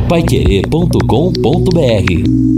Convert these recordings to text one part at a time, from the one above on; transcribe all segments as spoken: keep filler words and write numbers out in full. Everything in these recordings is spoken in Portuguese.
paiquerê ponto com ponto br.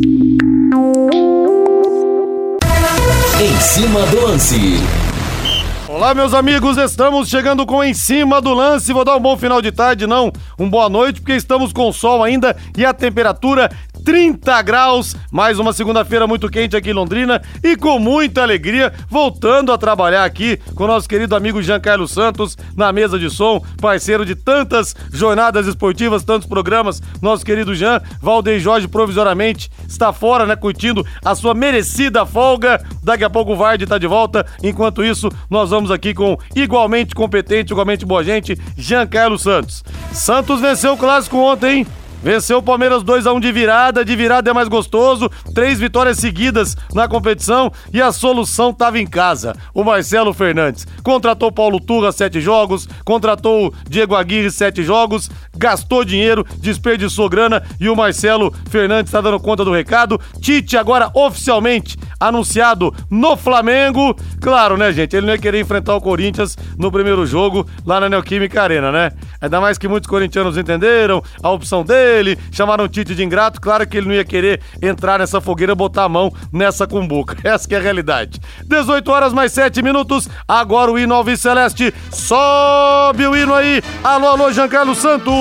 Em cima do lance. Olá, meus amigos, estamos chegando com Em Cima do Lance. Vou dar um bom final de tarde, não, um boa noite, porque estamos com sol ainda e a temperatura trinta graus, mais uma segunda-feira muito quente aqui em Londrina e com muita alegria, voltando a trabalhar aqui com o nosso querido amigo Jean Carlos Santos na mesa de som, parceiro de tantas jornadas esportivas, tantos programas, nosso querido Jean. Valdeir Jorge provisoriamente está fora, né, curtindo a sua merecida folga, daqui a pouco o Vardy tá de volta, enquanto isso nós vamos aqui com igualmente competente, igualmente boa gente, Jean Carlos Santos. Santos venceu o clássico ontem, hein? Venceu o Palmeiras dois a um de virada, de virada é mais gostoso, três vitórias seguidas na competição e a solução estava em casa. O Marcelo Fernandes contratou Paulo Turra sete jogos, contratou Diego Aguirre sete jogos, gastou dinheiro, desperdiçou grana e o Marcelo Fernandes está dando conta do recado. Tite agora oficialmente anunciado no Flamengo. Claro, né, gente, ele não ia querer enfrentar o Corinthians no primeiro jogo lá na Neoquímica Arena, né? Ainda mais que muitos corintianos entenderam a opção dele, chamaram o Tite de ingrato. Claro que ele não ia querer entrar nessa fogueira, botar a mão nessa cumbuca. Essa que é a realidade. dezoito horas mais sete minutos, agora o hino Alves Celeste. Sobe o hino aí. Alô, alô, Jean Carlos Santos.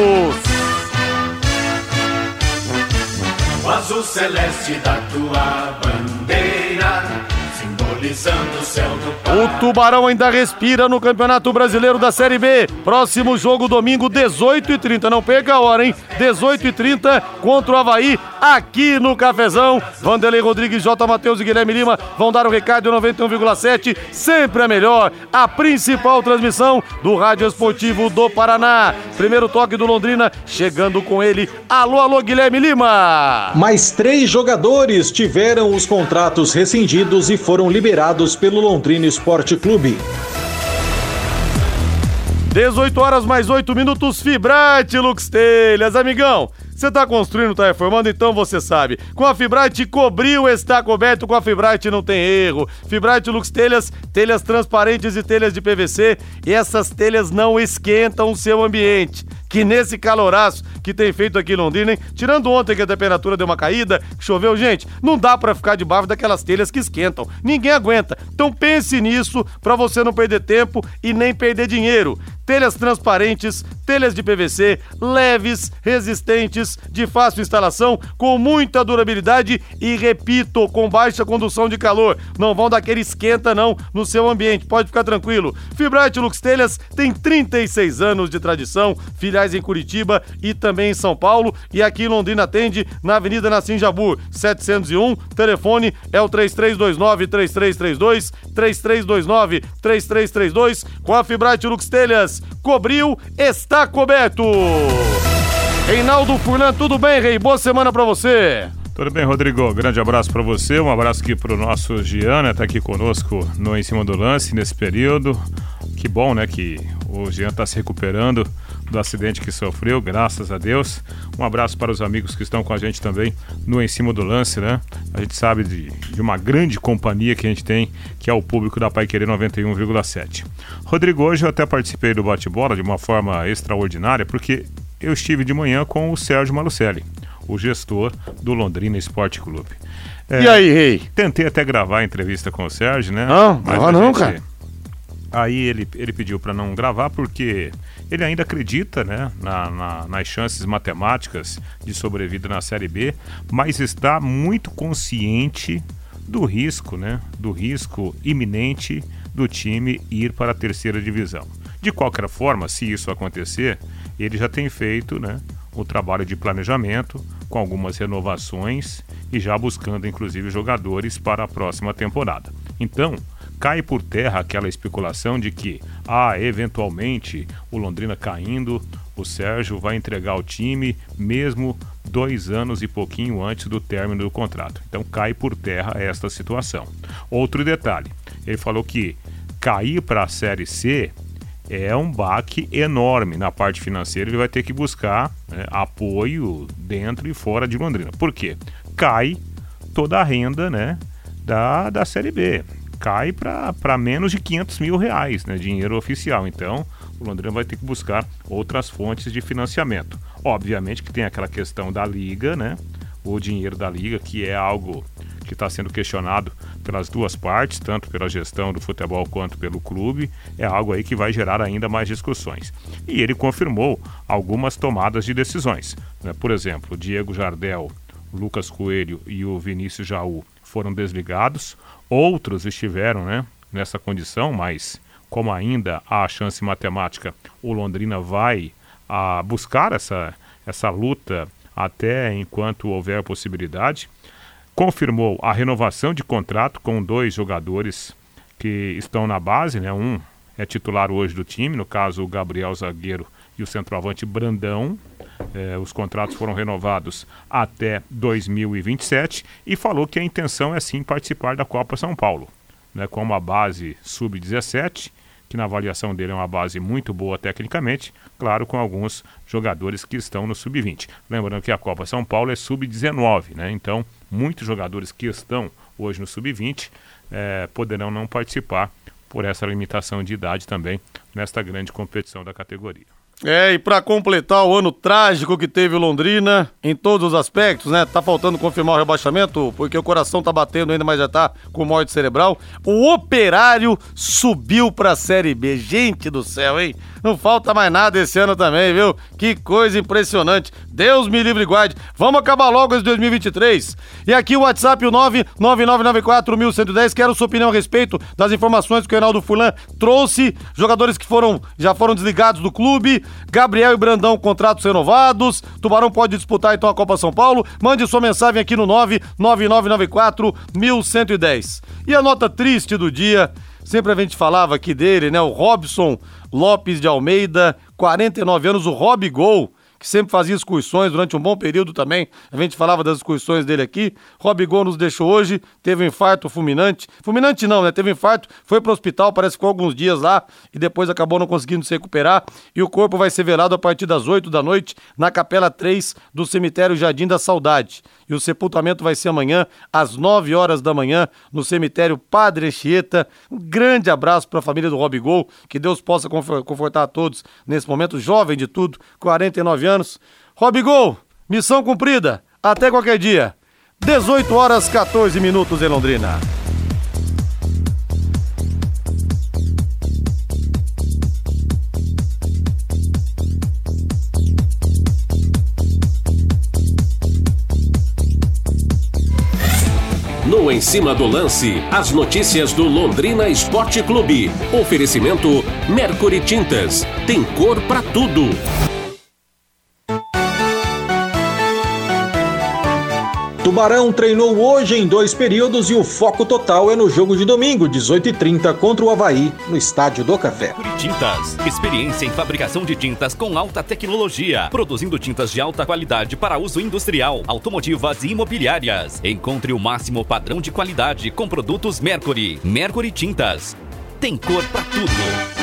O azul celeste da tua bandeira, simbolizando o céu do Pará. O Tubarão ainda respira no Campeonato Brasileiro da Série B. Próximo jogo domingo, dezoito e trinta. Não perca a hora, hein? dezoito e trinta contra o Avaí, aqui no Cafezão. Vanderlei Rodrigues, J. Matheus e Guilherme Lima vão dar o recado em noventa e um vírgula sete. Sempre a melhor, a principal transmissão do Rádio Esportivo do Paraná. Primeiro toque do Londrina, chegando com ele. Alô, alô, Guilherme Lima. Mais três jogadores tiveram os contratos rescindidos e foram liberados pelo Londrina Esporte Clube. dezoito horas mais oito minutos, Fibrate Lux Telhas. Amigão, você tá construindo, tá reformando, então você sabe. Com a Fibrate, cobriu, está coberto. Com a Fibrate não tem erro. Fibrate Lux Telhas, telhas transparentes e telhas de P V C. E essas telhas não esquentam o seu ambiente. Que nesse caloraço que tem feito aqui em Londrina, hein? Tirando ontem que a temperatura deu uma caída, que choveu, gente, não dá pra ficar debaixo daquelas telhas que esquentam. Ninguém aguenta. Então pense nisso pra você não perder tempo e nem perder dinheiro. Telhas transparentes, telhas de P V C, leves, resistentes, de fácil instalação, com muita durabilidade e, repito, com baixa condução de calor. Não vão dar aquele esquenta, não, no seu ambiente. Pode ficar tranquilo. Fibrate Lux Telhas tem trinta e seis anos de tradição, filiais em Curitiba e também em São Paulo. E aqui em Londrina atende na Avenida Nassim Jabur, setecentos e um. Telefone é o três três dois nove, três três três dois, três três dois nove, três três três dois. Com a Fibrate Lux Telhas, cobriu, está coberto. Reinaldo Furlan, tudo bem, Rei? Boa semana pra você. Tudo bem, Rodrigo? Grande abraço pra você, um abraço aqui pro nosso Jean, né? Tá aqui conosco no Em Cima do Lance nesse período. Que bom, né, que o Jean tá se recuperando do acidente que sofreu, graças a Deus. Um abraço para os amigos que estão com a gente também no Em Cima do Lance, né? A gente sabe de, de uma grande companhia que a gente tem, que é o público da Paiquerê noventa e um vírgula sete. Rodrigo, hoje eu até participei do bate-bola de uma forma extraordinária, porque eu estive de manhã com o Sérgio Malucelli, o gestor do Londrina Esporte Clube. É, e aí, Rei? Tentei até gravar a entrevista com o Sérgio, né? Não, Mas não, não, gente... cara. Aí ele, ele pediu para não gravar porque ele ainda acredita, né, na, na, nas chances matemáticas de sobrevida na Série B, mas está muito consciente do risco, né, do risco iminente do time ir para a terceira divisão. De qualquer forma, se isso acontecer, ele já tem feito, né, o trabalho de planejamento com algumas renovações e já buscando inclusive jogadores para a próxima temporada. Então, cai por terra aquela especulação de que, ah, eventualmente, o Londrina caindo, o Sérgio vai entregar o time mesmo dois anos e pouquinho antes do término do contrato. Então cai por terra esta situação. Outro detalhe, ele falou que cair para a Série C é um baque enorme na parte financeira. Ele vai ter que buscar, né, apoio dentro e fora de Londrina. Por quê? Cai toda a renda, né, da, da Série B. Cai para menos de quinhentos mil reais, né, dinheiro oficial. Então, o Londrina vai ter que buscar outras fontes de financiamento. Obviamente que tem aquela questão da Liga, né? O dinheiro da Liga, que é algo que está sendo questionado pelas duas partes, tanto pela gestão do futebol quanto pelo clube, é algo aí que vai gerar ainda mais discussões. E ele confirmou algumas tomadas de decisões, né? Por exemplo, o Diego Jardel, o Lucas Coelho e o Vinícius Jaú foram desligados, outros estiveram, né, nessa condição, mas como ainda há a chance matemática, o Londrina vai a, buscar essa, essa luta até enquanto houver a possibilidade. Confirmou a renovação de contrato com dois jogadores que estão na base, né? Um é titular hoje do time, no caso o Gabriel Zagueiro e o centroavante Brandão. Eh, os contratos foram renovados até dois mil e vinte e sete e falou que a intenção é sim participar da Copa São Paulo, né? Com uma base sub dezessete, que na avaliação dele é uma base muito boa tecnicamente, claro, com alguns jogadores que estão no sub vinte. Lembrando que a Copa São Paulo é sub dezenove, né? Então, muitos jogadores que estão hoje no sub vinte eh, poderão não participar por essa limitação de idade também nesta grande competição da categoria. É, e pra completar o ano trágico que teve o Londrina, em todos os aspectos, né? Tá faltando confirmar o rebaixamento, porque o coração tá batendo ainda, mas já tá com morte cerebral. O Operário subiu pra Série B. Gente do céu, hein? Não falta mais nada esse ano também, viu? Que coisa impressionante. Deus me livre e guarde. Vamos acabar logo esse dois mil e vinte e três. E aqui o WhatsApp, o nove nove nove nove quatro um um zero um. Quero sua opinião a respeito das informações que o Reinaldo Furlan trouxe. Jogadores que foram, já foram desligados do clube. Gabriel e Brandão, contratos renovados. Tubarão pode disputar então a Copa São Paulo. Mande sua mensagem aqui no nove nove nove nove quatro um um zero um. E a nota triste do dia, sempre a gente falava aqui dele, né? O Robson Lopes de Almeida, quarenta e nove anos, o Robigol, que sempre fazia excursões durante um bom período também. A gente falava das excursões dele aqui. Robigol nos deixou hoje, teve um infarto fulminante. Fulminante não, né? Teve um infarto, foi pro hospital, parece que ficou alguns dias lá e depois acabou não conseguindo se recuperar. E o corpo vai ser velado a partir das oito da noite na Capela três do cemitério Jardim da Saudade. E o sepultamento vai ser amanhã às nove horas da manhã no cemitério Padre Anchieta. Um grande abraço para a família do Robigol, que Deus possa confortar a todos nesse momento, jovem de tudo, quarenta e nove anos. Robigol, missão cumprida, até qualquer dia. dezoito horas e quatorze minutos em Londrina. No Em Cima do Lance, as notícias do Londrina Esporte Clube. Oferecimento Mercury Tintas. Tem cor pra tudo. Tubarão treinou hoje em dois períodos e o foco total é no jogo de domingo, dezoito e trinta, contra o Avaí, no Estádio do Café. Tintas, experiência em fabricação de tintas com alta tecnologia, produzindo tintas de alta qualidade para uso industrial, automotivas e imobiliárias. Encontre o máximo padrão de qualidade com produtos Mercury. Mercury Tintas, tem cor pra tudo.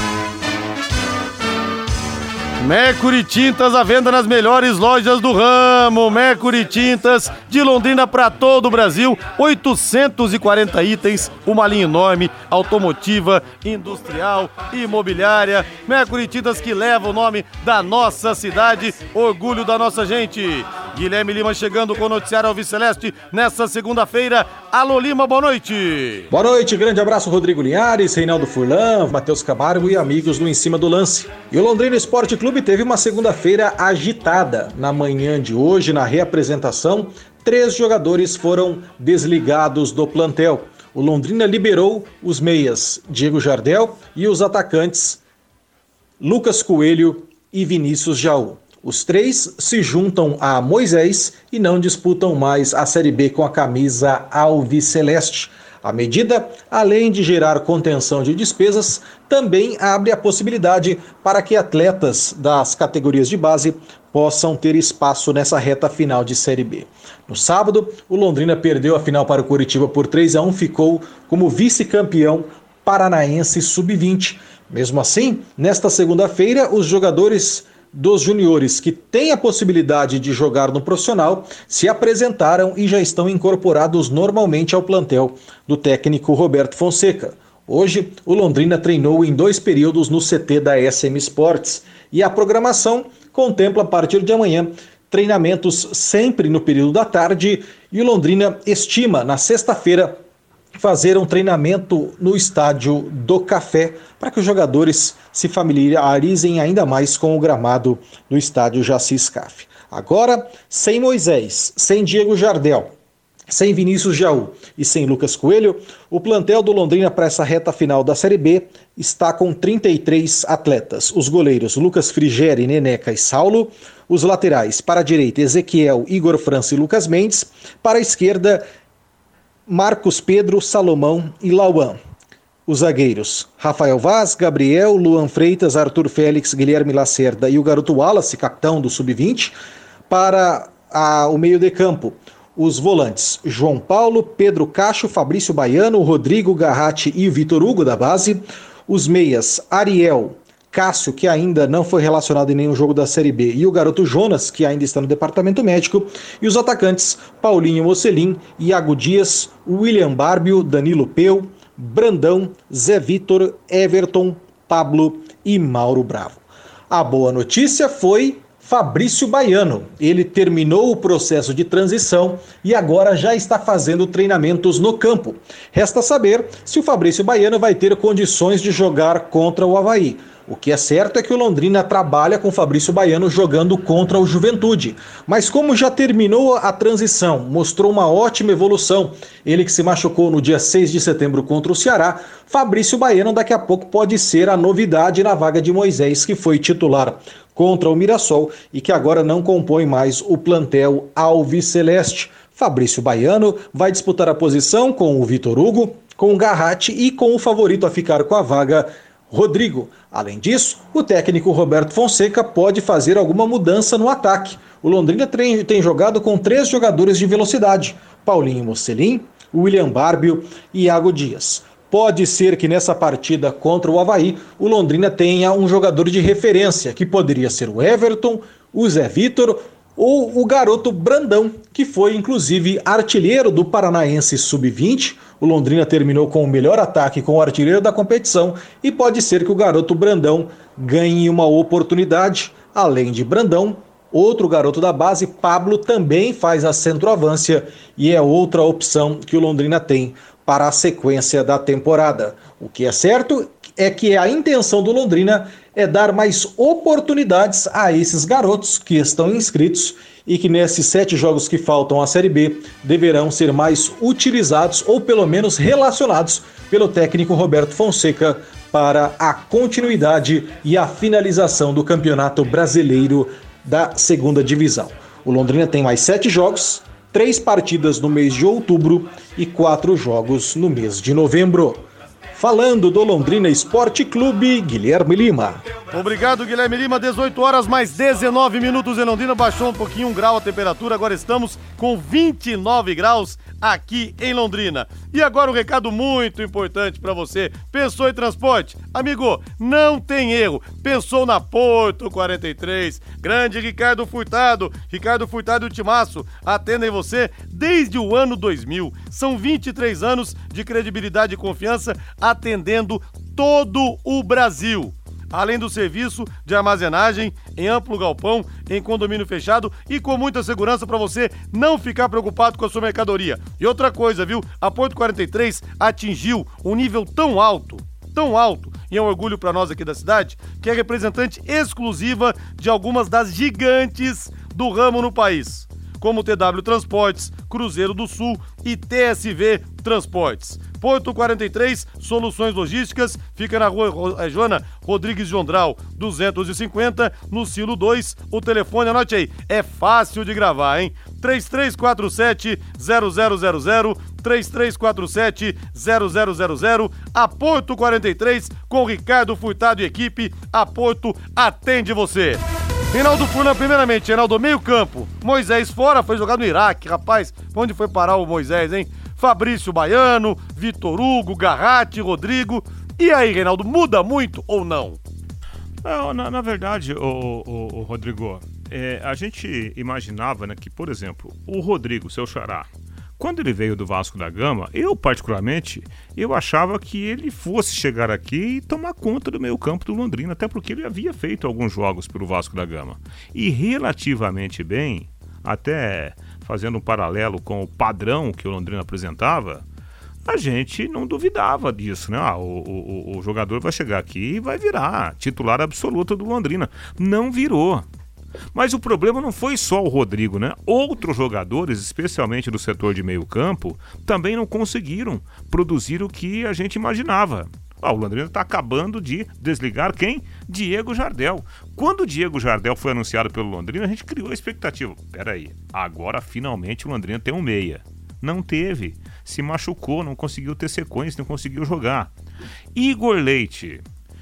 Mercury Tintas à venda nas melhores lojas do ramo. Mercury Tintas de Londrina para todo o Brasil. oitocentos e quarenta itens, uma linha enorme, automotiva, industrial, imobiliária. Mercury Tintas que leva o nome da nossa cidade, orgulho da nossa gente. Guilherme Lima chegando com o noticiário Alves Celeste nessa segunda-feira. Alô Lima, boa noite. Boa noite, grande abraço Rodrigo Linhares, Reinaldo Furlan, Matheus Camargo e amigos do Em Cima do Lance. E o Londrina Esporte Clube teve uma segunda-feira agitada. Na manhã de hoje, na reapresentação, três jogadores foram desligados do plantel. O Londrina liberou os meias Diego Jardel e os atacantes Lucas Coelho e Vinícius Jaú. Os três se juntam a Moisés e não disputam mais a Série B com a camisa alviceleste. A medida, além de gerar contenção de despesas, também abre a possibilidade para que atletas das categorias de base possam ter espaço nessa reta final de Série B. No sábado, o Londrina perdeu a final para o Coritiba por três a um, ficou como vice-campeão paranaense sub vinte. Mesmo assim, nesta segunda-feira, os jogadores dos juniores que têm a possibilidade de jogar no profissional se apresentaram e já estão incorporados normalmente ao plantel do técnico Roberto Fonseca. Hoje, o Londrina treinou em dois períodos no C T da S M Sports e a programação contempla, a partir de amanhã, treinamentos sempre no período da tarde, e o Londrina estima, na sexta-feira, fazer um treinamento no estádio do Café, para que os jogadores se familiarizem ainda mais com o gramado do estádio Jaci Scaff. Agora, sem Moisés, sem Diego Jardel, sem Vinícius Jaú e sem Lucas Coelho, o plantel do Londrina para essa reta final da Série B está com trinta e três atletas. Os goleiros Lucas Frigeri, Neneca e Saulo. Os laterais, para a direita, Ezequiel, Igor França e Lucas Mendes. Para a esquerda, Marcos Pedro, Salomão e Lauan. Os zagueiros, Rafael Vaz, Gabriel, Luan Freitas, Arthur Félix, Guilherme Lacerda e o garoto Wallace, capitão do sub vinte. Para a, o meio de campo, os volantes, João Paulo, Pedro Cacho, Fabrício Baiano, Rodrigo Garratti e o Vitor Hugo da base. Os meias, Ariel, Cássio, que ainda não foi relacionado em nenhum jogo da Série B, e o garoto Jonas, que ainda está no departamento médico, e os atacantes, Paulinho Mocelin, Iago Dias, William Barbio, Danilo Peu, Brandão, Zé Vitor, Everton, Pablo e Mauro Bravo. A boa notícia foi Fabrício Baiano. Ele terminou o processo de transição e agora já está fazendo treinamentos no campo. Resta saber se o Fabrício Baiano vai ter condições de jogar contra o Avaí. O que é certo é que o Londrina trabalha com o Fabrício Baiano jogando contra o Juventude. Mas como já terminou a transição, mostrou uma ótima evolução, ele que se machucou no dia seis de setembro contra o Ceará, Fabrício Baiano daqui a pouco pode ser a novidade na vaga de Moisés, que foi titular contra o Mirassol e que agora não compõe mais o plantel alviceleste. Fabrício Baiano vai disputar a posição com o Vitor Hugo, com o Garratti e com o favorito a ficar com a vaga, Rodrigo. Além disso, o técnico Roberto Fonseca pode fazer alguma mudança no ataque. O Londrina tem, tem jogado com três jogadores de velocidade, Paulinho Mocelin, William Barbio e Iago Dias. Pode ser que nessa partida contra o Avaí, o Londrina tenha um jogador de referência, que poderia ser o Everton, o Zé Vitor ou o garoto Brandão, que foi inclusive artilheiro do Paranaense sub vinte. O Londrina terminou com o melhor ataque com o artilheiro da competição e pode ser que o garoto Brandão ganhe uma oportunidade. Além de Brandão, outro garoto da base, Pablo, também faz a centroavância e é outra opção que o Londrina tem para a sequência da temporada. O que é certo é que a intenção do Londrina é dar mais oportunidades a esses garotos que estão inscritos e que nesses sete jogos que faltam à Série B deverão ser mais utilizados ou pelo menos relacionados pelo técnico Roberto Fonseca para a continuidade e a finalização do Campeonato Brasileiro da Segunda Divisão. O Londrina tem mais sete jogos, três partidas no mês de outubro e quatro jogos no mês de novembro. Falando do Londrina Esporte Clube, Guilherme Lima. Obrigado, Guilherme Lima. dezoito horas mais dezenove minutos em Londrina. Baixou um pouquinho, um grau a temperatura. Agora estamos com vinte e nove graus aqui em Londrina. E agora um recado muito importante para você. Pensou em transporte? Amigo, não tem erro. Pensou na Porto quarenta e três. Grande Ricardo Furtado. Ricardo Furtado e o Timaço atendem você desde o ano dois mil. São vinte e três anos de credibilidade e confiança atendendo todo o Brasil. Além do serviço de armazenagem em amplo galpão, em condomínio fechado e com muita segurança para você não ficar preocupado com a sua mercadoria. E outra coisa, viu? A Porto quarenta e três atingiu um nível tão alto, tão alto, e é um orgulho para nós aqui da cidade, que é representante exclusiva de algumas das gigantes do ramo no país, como T W Transportes, Cruzeiro do Sul e T S V Transportes. Porto quarenta e três, Soluções Logísticas, fica na rua Joana Rodrigues Jondral, duzentos e cinquenta, no Silo dois. O telefone, anote aí, é fácil de gravar, hein? três três quatro sete, zero zero zero zero, três três quatro sete, zero zero zero zero. A Porto quarenta e três, com Ricardo Furtado e equipe, a Porto atende você. Reinaldo Furlan, primeiramente, Reinaldo, meio campo. Moisés fora, foi jogado no Iraque, rapaz. Onde foi parar o Moisés, hein? Fabrício Baiano, Vitor Hugo, Garratti, Rodrigo. E aí, Reinaldo, muda muito ou não? Não, na, na verdade, o, o, o Rodrigo, é, a gente imaginava, né, que, por exemplo, o Rodrigo, seu xará, Quando ele veio do Vasco da Gama, eu particularmente, eu achava que ele fosse chegar aqui e tomar conta do meio campo do Londrina, até porque ele havia feito alguns jogos pelo Vasco da Gama. E relativamente bem, até fazendo um paralelo com o padrão que o Londrina apresentava, a gente não duvidava disso, né? Ah, o, o, o jogador vai chegar aqui e vai virar titular absoluto do Londrina. Não virou. Mas o problema não foi só o Rodrigo, né? Outros jogadores, especialmente do setor de meio campo, também não conseguiram produzir o que a gente imaginava. Ah, o Londrina está acabando de desligar quem? Diego Jardel. Quando o Diego Jardel foi anunciado pelo Londrina, a gente criou a expectativa. Peraí, agora finalmente o Londrina tem um meia. Não teve. Se machucou, não conseguiu ter sequência, não conseguiu jogar. Igor Leite.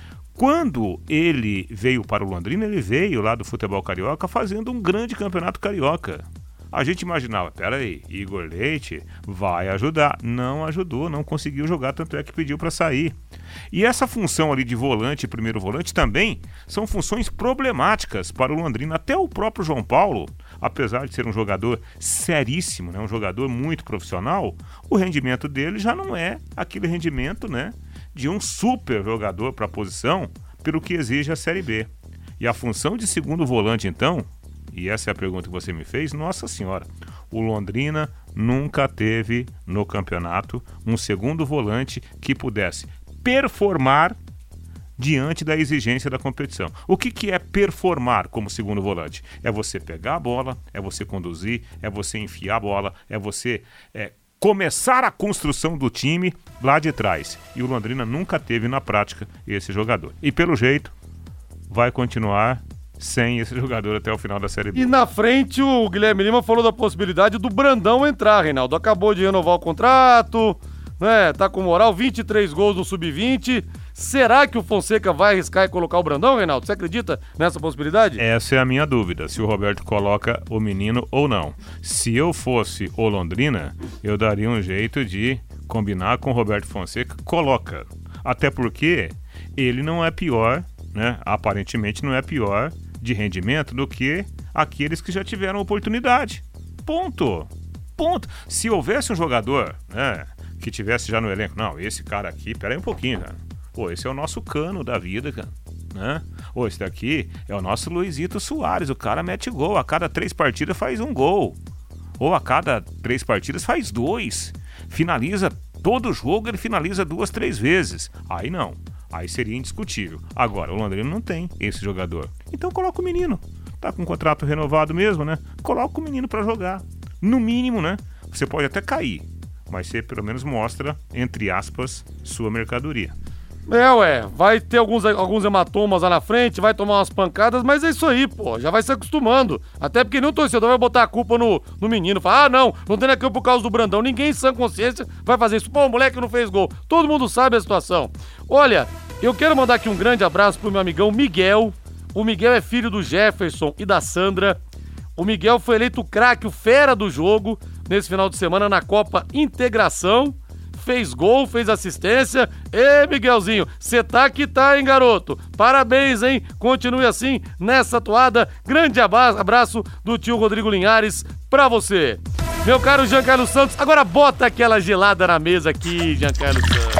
Quando ele veio para o Londrina, ele veio lá do futebol carioca fazendo um grande campeonato carioca. A gente imaginava, peraí, Igor Leite vai ajudar. Não ajudou, não conseguiu jogar, tanto é que pediu para sair. E essa função ali de volante e primeiro volante também são funções problemáticas para o Londrina. Até o próprio João Paulo, apesar de ser um jogador seríssimo, né, um jogador muito profissional, o rendimento dele já não é aquele rendimento, né, de um super jogador para a posição, pelo que exige a Série B. E a função de segundo volante, então, e essa é a pergunta que você me fez, nossa senhora, o Londrina nunca teve no campeonato um segundo volante que pudesse performar diante da exigência da competição. O que, que é performar como segundo volante? É você pegar a bola, é você conduzir, é você enfiar a bola, é você é, começar a construção do time lá de trás. E o Londrina nunca teve na prática esse jogador. E pelo jeito, vai continuar sem esse jogador até o final da Série B. E na frente o Guilherme Lima falou da possibilidade do Brandão entrar, Reinaldo. Acabou de renovar o contrato, né? Tá com moral, vinte e três gols no sub vinte. Será que o Fonseca vai arriscar e colocar o Brandão, Reinaldo? Você acredita nessa possibilidade? Essa é a minha dúvida, se o Roberto coloca o menino ou não. Se eu fosse o Londrina, eu daria um jeito de combinar com o Roberto Fonseca, coloca. Até porque ele não é pior, né? Aparentemente não é pior de rendimento do que aqueles que já tiveram oportunidade. Ponto. Ponto. Se houvesse um jogador, né, que tivesse já no elenco, não, esse cara aqui, peraí um pouquinho, cara. Pô, esse é o nosso Cano da vida, cara, né? Pô, esse daqui é o nosso Luizito Soares, o cara mete gol, a cada três partidas faz um gol. Ou a cada três partidas faz dois. Finaliza todo jogo, ele finaliza duas, três vezes. Aí não. Aí seria indiscutível. Agora, o Londrina não tem esse jogador. Então coloca o menino. Tá com o contrato renovado mesmo, né? Coloca o menino pra jogar. No mínimo, né? Você pode até cair, mas você pelo menos mostra, entre aspas, sua mercadoria. É, ué, vai ter alguns, alguns hematomas lá na frente, vai tomar umas pancadas, mas é isso aí, pô, já vai se acostumando. Até porque nenhum torcedor vai botar a culpa no, no menino. Falar, ah, não, não tem aqui por causa do Brandão. Ninguém em sã consciência vai fazer isso. Pô, o moleque não fez gol. Todo mundo sabe a situação. Olha, eu quero mandar aqui um grande abraço pro meu amigão Miguel. O Miguel é filho do Jefferson e da Sandra. O Miguel foi eleito o craque, o fera do jogo, nesse final de semana na Copa Integração. Fez gol, fez assistência. Ê, Miguelzinho, você tá que tá, hein, garoto? Parabéns, hein? Continue assim, nessa toada. Grande abraço do tio Rodrigo Linhares pra você. Meu caro Giancarlo Santos, agora bota aquela gelada na mesa aqui, Giancarlo Santos.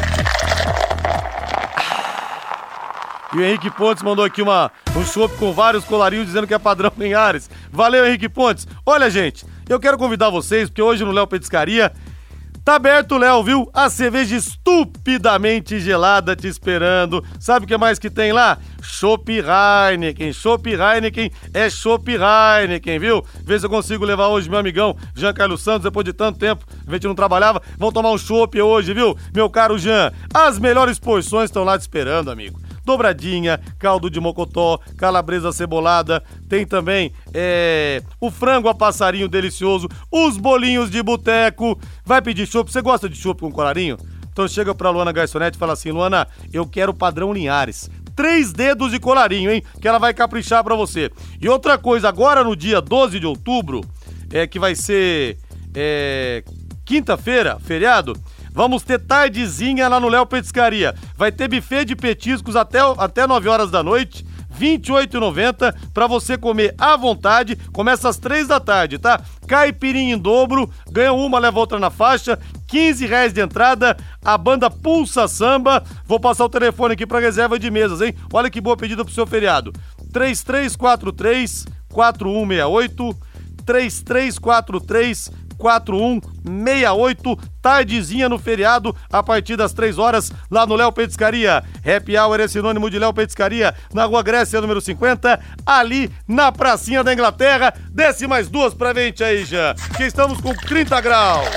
E o Henrique Pontes mandou aqui uma, um chopp com vários colarinhos dizendo que é padrão Linhares. Valeu, Henrique Pontes. Olha, gente, eu quero convidar vocês, porque hoje no Léo Petiscaria tá aberto, Léo, viu? A cerveja estupidamente gelada te esperando. Sabe o que mais que tem lá? Chopp Heineken. Chopp Heineken é Chopp Heineken, viu? Vê se eu consigo levar hoje meu amigão Giancarlo Santos, depois de tanto tempo, a gente não trabalhava. Vamos tomar um chopp hoje, viu? Meu caro Jean, as melhores porções estão lá te esperando, amigo. Dobradinha, caldo de mocotó, calabresa cebolada, tem também é, o frango a passarinho delicioso, os bolinhos de boteco. Vai pedir chopp? Você gosta de chopp com colarinho? Então chega pra Luana Garçonete e fala assim, Luana, eu quero padrão Linhares. Três dedos de colarinho, hein? Que ela vai caprichar pra você. E outra coisa, agora no dia doze de outubro, é que vai ser é, quinta-feira, feriado, vamos ter tardezinha lá no Léo Petiscaria. Vai ter buffet de petiscos até, até nove horas da noite. vinte e oito reais e noventa centavos pra você comer à vontade. Começa às três da tarde, tá? Caipirinha em dobro, ganha uma, leva outra na faixa, quinze reais de entrada, a banda Pulsa Samba. Vou passar o telefone aqui pra reserva de mesas, hein? Olha que boa pedida pro seu feriado. três três quatro três, quatro um seis oito, três três quatro três, quatro um seis oito, tardezinha no feriado, a partir das três horas, lá no Léo Petiscaria. Happy Hour é sinônimo de Léo Petiscaria, na Rua Grécia, número cinquenta, ali na pracinha da Inglaterra. Desce mais duas pra frente aí, já, que estamos com trinta graus.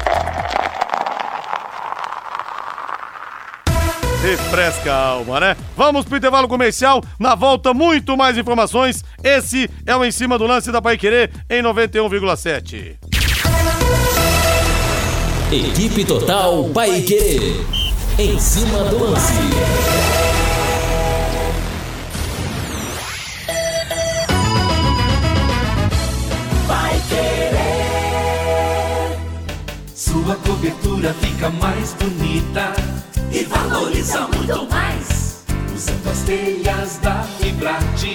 Refresca a alma, né? Vamos pro intervalo comercial, na volta muito mais informações. Esse é o Em Cima do Lance da Paiquerê em noventa e um vírgula sete. Equipe Total Paiquerê, Em Cima do Lance. Paiquerê, sua cobertura fica mais bonita e valoriza muito mais, usando as telhas da Fibrate.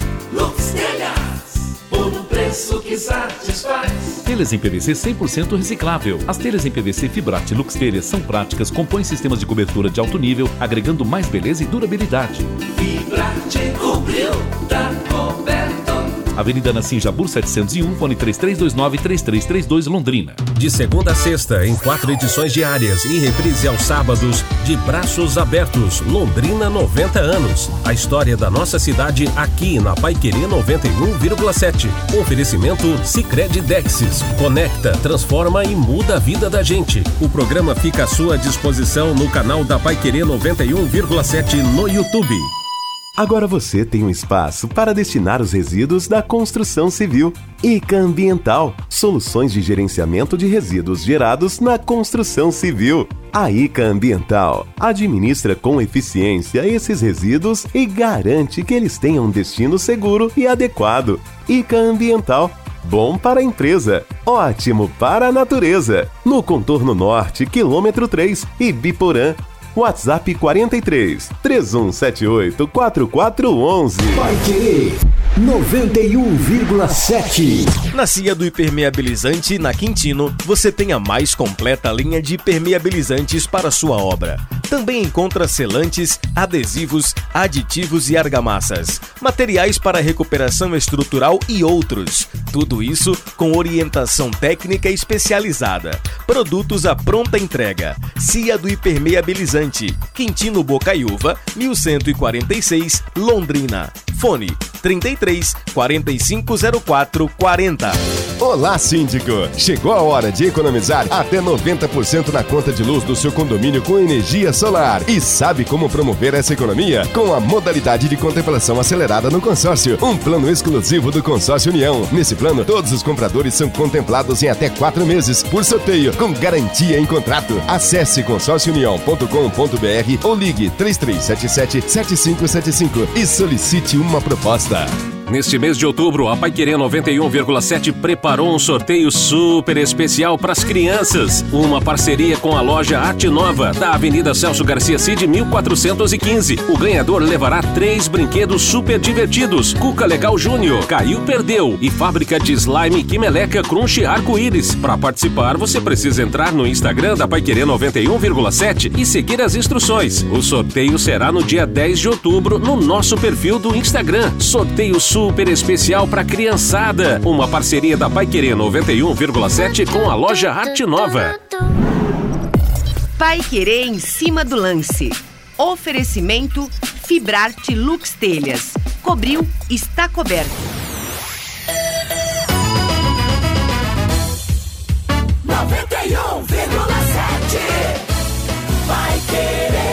Lux Telhas, por um preço que satisfaz. Telhas em P V C cem por cento reciclável. As telhas em P V C Fibrate Lux Telhas são práticas, compõem sistemas de cobertura de alto nível, agregando mais beleza e durabilidade. Fibrate cobriu, tá coberto. Avenida Nassim Jabur setecentos e um, fone três três dois nove, três três três dois, Londrina. De segunda a sexta, em quatro edições diárias e reprise aos sábados, de Braços Abertos, Londrina noventa anos. A história da nossa cidade aqui na Paiquerê noventa e um vírgula sete. Oferecimento Sicredi Dexis. Conecta, transforma e muda a vida da gente. O programa fica à sua disposição no canal da Paiquerê noventa e um vírgula sete no YouTube. Agora você tem um espaço para destinar os resíduos da construção civil. ICA Ambiental, soluções de gerenciamento de resíduos gerados na construção civil. A ICA Ambiental administra com eficiência esses resíduos e garante que eles tenham um destino seguro e adequado. ICA Ambiental, bom para a empresa, ótimo para a natureza. No Contorno Norte, quilômetro três, Ibiporã. WhatsApp quarenta e três, três um sete oito, quatro quatro um um. Paiquerê noventa e um vírgula sete. Na Cia do Hipermeabilizante, na Quintino, você tem a mais completa linha de hipermeabilizantes para sua obra. Também encontra selantes, adesivos, aditivos e argamassas, materiais para recuperação estrutural e outros. Tudo isso com orientação técnica especializada. Produtos à pronta entrega. Cia do Hipermeabilizante, Quintino Bocaiúva, mil cento e quarenta e seis, Londrina. Fone trinta e três, quarenta e cinco zero quatro, quarenta. Olá, síndico! Chegou a hora de economizar até noventa por cento na conta de luz do seu condomínio com energia solar. E sabe como promover essa economia? Com a modalidade de contemplação acelerada no consórcio, um plano exclusivo do Consórcio União. Nesse plano, todos os compradores são contemplados em até quatro meses, por sorteio, com garantia em contrato. Acesse consórcio união ponto com ponto b r ou ligue três três sete sete, sete cinco sete cinco e solicite uma proposta. Neste mês de outubro, a Paiquerê noventa e um vírgula sete preparou um sorteio super especial para as crianças. Uma parceria com a loja Arte Nova, da Avenida Celso Garcia Cid, mil quatrocentos e quinze. O ganhador levará três brinquedos super divertidos: Cuca Legal Júnior, Caiu Perdeu e fábrica de slime Quimeleca Crunch Arco-Íris. Para participar, você precisa entrar no Instagram da Paiquerê noventa e um vírgula sete e seguir as instruções. O sorteio será no dia dez de outubro no nosso perfil do Instagram. Sorteio super especial para criançada. Uma parceria da Paiquerê noventa e um vírgula sete com a loja Arte Nova. Paiquerê em Cima do Lance. Oferecimento Fibrarte Lux Telhas. Cobriu, está coberto. noventa e um vírgula sete. Paiquerê.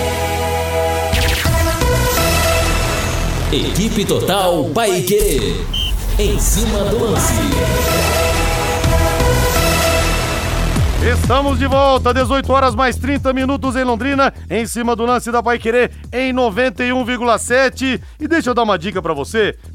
Equipe Total Paiquerê, Em Cima do Lance. Estamos de volta, dezoito horas mais trinta minutos em Londrina, Em Cima do Lance da Paiquerê em noventa e um vírgula sete. E deixa eu dar uma dica pra você,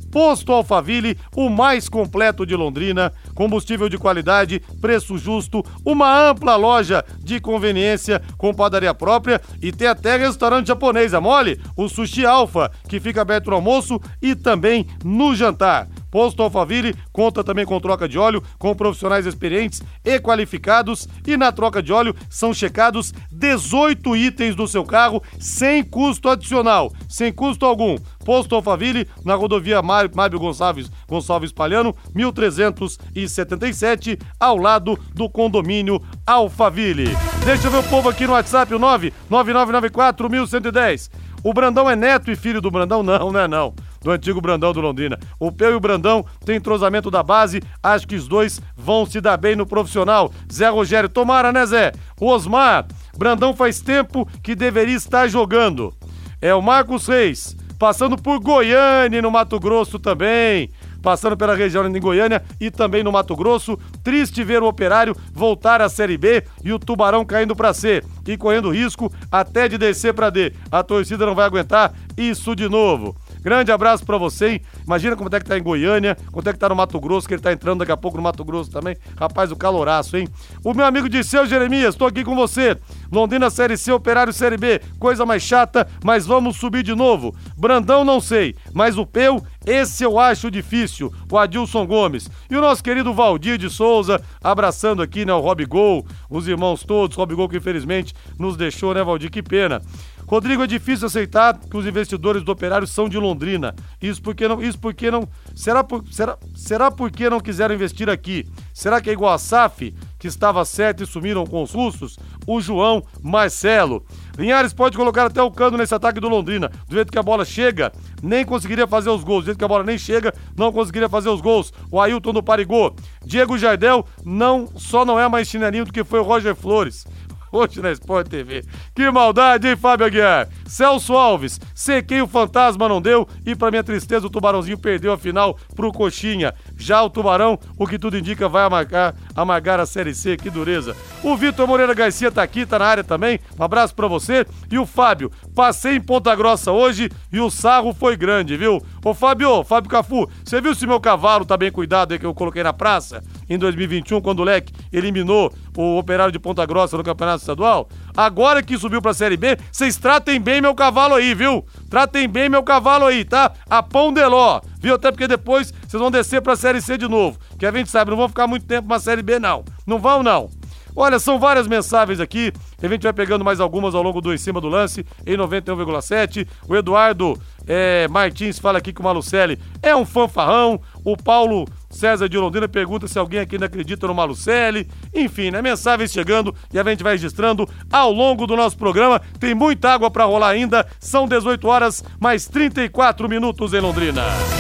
Posto Alphaville, o mais completo de Londrina, combustível de qualidade, preço justo, uma ampla loja de conveniência com padaria própria e tem até restaurante japonês, é mole? O Sushi Alfa, que fica aberto no almoço e também no jantar. Posto Alphaville conta também com troca de óleo, com profissionais experientes e qualificados, e na troca de óleo são checados dezoito itens do seu carro sem custo adicional, sem custo algum. Posto Alphaville, na rodovia Mário Gonçalves, Gonçalves Palhano, mil trezentos e setenta e sete, ao lado do condomínio Alphaville. Deixa eu ver o povo aqui no WhatsApp, o nove nove nove nove quatro um um zero. O Brandão é neto e filho do Brandão? Não, não é não. Do antigo Brandão do Londrina. O Peu e o Brandão têm entrosamento da base, acho que os dois vão se dar bem no profissional. Zé Rogério, tomara, né, Zé? O Osmar, Brandão faz tempo que deveria estar jogando. É o Marcos Reis, passando por Goiânia e no Mato Grosso também. Passando pela região de Goiânia e também no Mato Grosso. Triste ver o Operário voltar à Série B e o Tubarão caindo para C e correndo risco até de descer para D. A torcida não vai aguentar isso de novo. Grande abraço pra você, hein? Imagina como é que tá em Goiânia, quanto é que tá no Mato Grosso, que ele tá entrando daqui a pouco no Mato Grosso também. Rapaz, o caloraço, hein? O meu amigo Disseu Jeremias, tô aqui com você. Londrina Série C, Operário Série B. Coisa mais chata, mas vamos subir de novo. Brandão não sei, mas o Peu, esse eu acho difícil. O Adilson Gomes. E o nosso querido Valdir de Souza, abraçando aqui, né, o Robigol, os irmãos todos. Robigol que infelizmente nos deixou, né, Valdir? Que pena. Rodrigo, é difícil aceitar que os investidores do Operário são de Londrina. Isso porque não... Isso porque não será, por, será, será porque não quiseram investir aqui? Será que é igual a S A F, que estava certo e sumiram com os russos? O João Marcelo. Linhares pode colocar até o Cano nesse ataque do Londrina. Do jeito que a bola chega, nem conseguiria fazer os gols. Do jeito que a bola nem chega, não conseguiria fazer os gols. O Ailton do Parigô. Diego Jardel não, só não é mais chinelinho do que foi o Roger Flores. Hoje na Sport T V. Que maldade, hein, Fábio Aguiar? Celso Alves, sequei o fantasma, não deu, e pra minha tristeza o Tubarãozinho perdeu a final pro Coxinha. Já o Tubarão, o que tudo indica, vai amargar, amargar a Série C, que dureza. O Vitor Moreira Garcia tá aqui, tá na área também, um abraço pra você. E o Fábio, passei em Ponta Grossa hoje e o sarro foi grande, viu? Ô Fábio, Fábio Cafu, você viu se meu cavalo tá bem cuidado aí que eu coloquei na praça em dois mil e vinte e um, quando o Leque eliminou o Operário de Ponta Grossa no Campeonato Estadual? Agora que subiu pra Série B, vocês tratem bem meu cavalo aí, viu? Tratem bem meu cavalo aí, tá? A pão de ló, viu? Até porque depois vocês vão descer pra Série C de novo, que a gente sabe, não vão ficar muito tempo na Série B, não. Não vão, não. Olha, são várias mensagens aqui, a gente vai pegando mais algumas ao longo do Em Cima do Lance, em noventa e um vírgula sete. O Eduardo é, Martins fala aqui que o Malucelli é um fanfarrão. O Paulo César de Londrina pergunta se alguém aqui ainda acredita no Malucelli. Enfim, né? Mensagens chegando e a gente vai registrando ao longo do nosso programa. Tem muita água pra rolar ainda, são dezoito horas, mais trinta e quatro minutos em Londrina.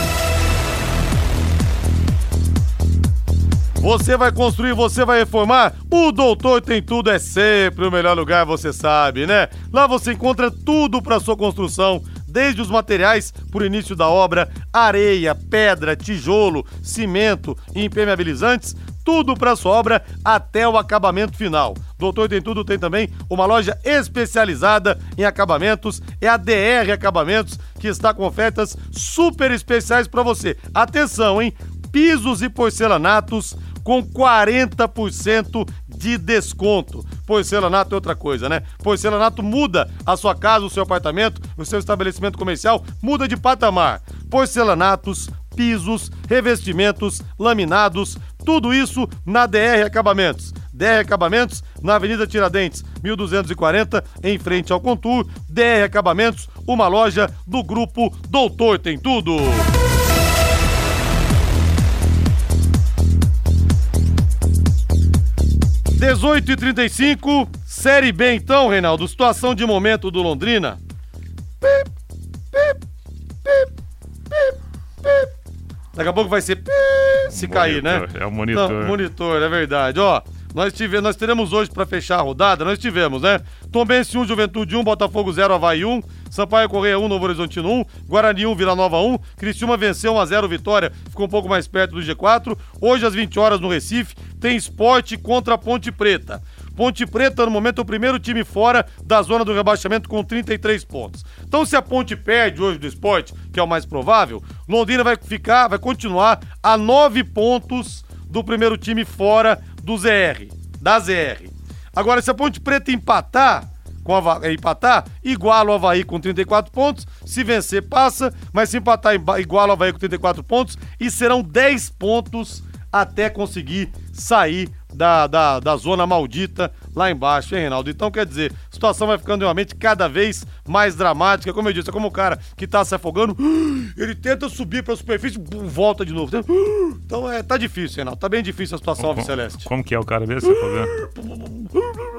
Você vai construir, você vai reformar? O Doutor Tem Tudo é sempre o melhor lugar, você sabe, né? Lá você encontra tudo para sua construção, desde os materiais por início da obra, areia, pedra, tijolo, cimento e impermeabilizantes, tudo para sua obra até o acabamento final. Doutor Tem Tudo tem também uma loja especializada em acabamentos, é a D R Acabamentos, que está com ofertas super especiais para você. Atenção, hein? Pisos e porcelanatos com quarenta por cento de desconto. Porcelanato é outra coisa, né? Porcelanato muda a sua casa, o seu apartamento, o seu estabelecimento comercial, muda de patamar. Porcelanatos, pisos, revestimentos, laminados, tudo isso na D R Acabamentos. D R Acabamentos, na Avenida Tiradentes, mil duzentos e quarenta, em frente ao Contour. D R Acabamentos, uma loja do grupo Doutor Tem Tudo. dezoito e trinta e cinco, Série B então, Reinaldo, situação de momento do Londrina. Pip, pip, pip, pip, pip. Daqui a pouco vai ser pip, se monitor, cair, né? É o monitor. Não, monitor, é verdade. Ó, nós, tivemos, nós teremos hoje pra fechar a rodada, nós tivemos, né? Tombense um, Juventude um, Botafogo zero, Avaí um, Sampaio Correia um, Novo Horizontino um, Guarani um, Vila Nova um, Criciúma venceu um a zero, Vitória ficou um pouco mais perto do G quatro. Hoje às vinte horas no Recife tem Sport contra a Ponte Preta. Ponte Preta, no momento, é o primeiro time fora da zona do rebaixamento com trinta e três pontos. Então, se a Ponte perde hoje do Sport, que é o mais provável, Londrina vai ficar, vai continuar a nove pontos do primeiro time fora do Z R, da Z R. Agora, se a Ponte Preta empatar, com a Ava... empatar, iguala o Avaí com trinta e quatro pontos, se vencer passa, mas se empatar iguala o Avaí com trinta e quatro pontos e serão dez pontos até conseguir sair da, da, da zona maldita lá embaixo, hein, Reinaldo? Então, quer dizer, a situação vai ficando realmente cada vez mais dramática, como eu disse, é como o cara que tá se afogando, ele tenta subir pra superfície, volta de novo. Então, é, tá difícil, Reinaldo, tá bem difícil a situação, Alves Celeste. Como que é o cara mesmo se afogando?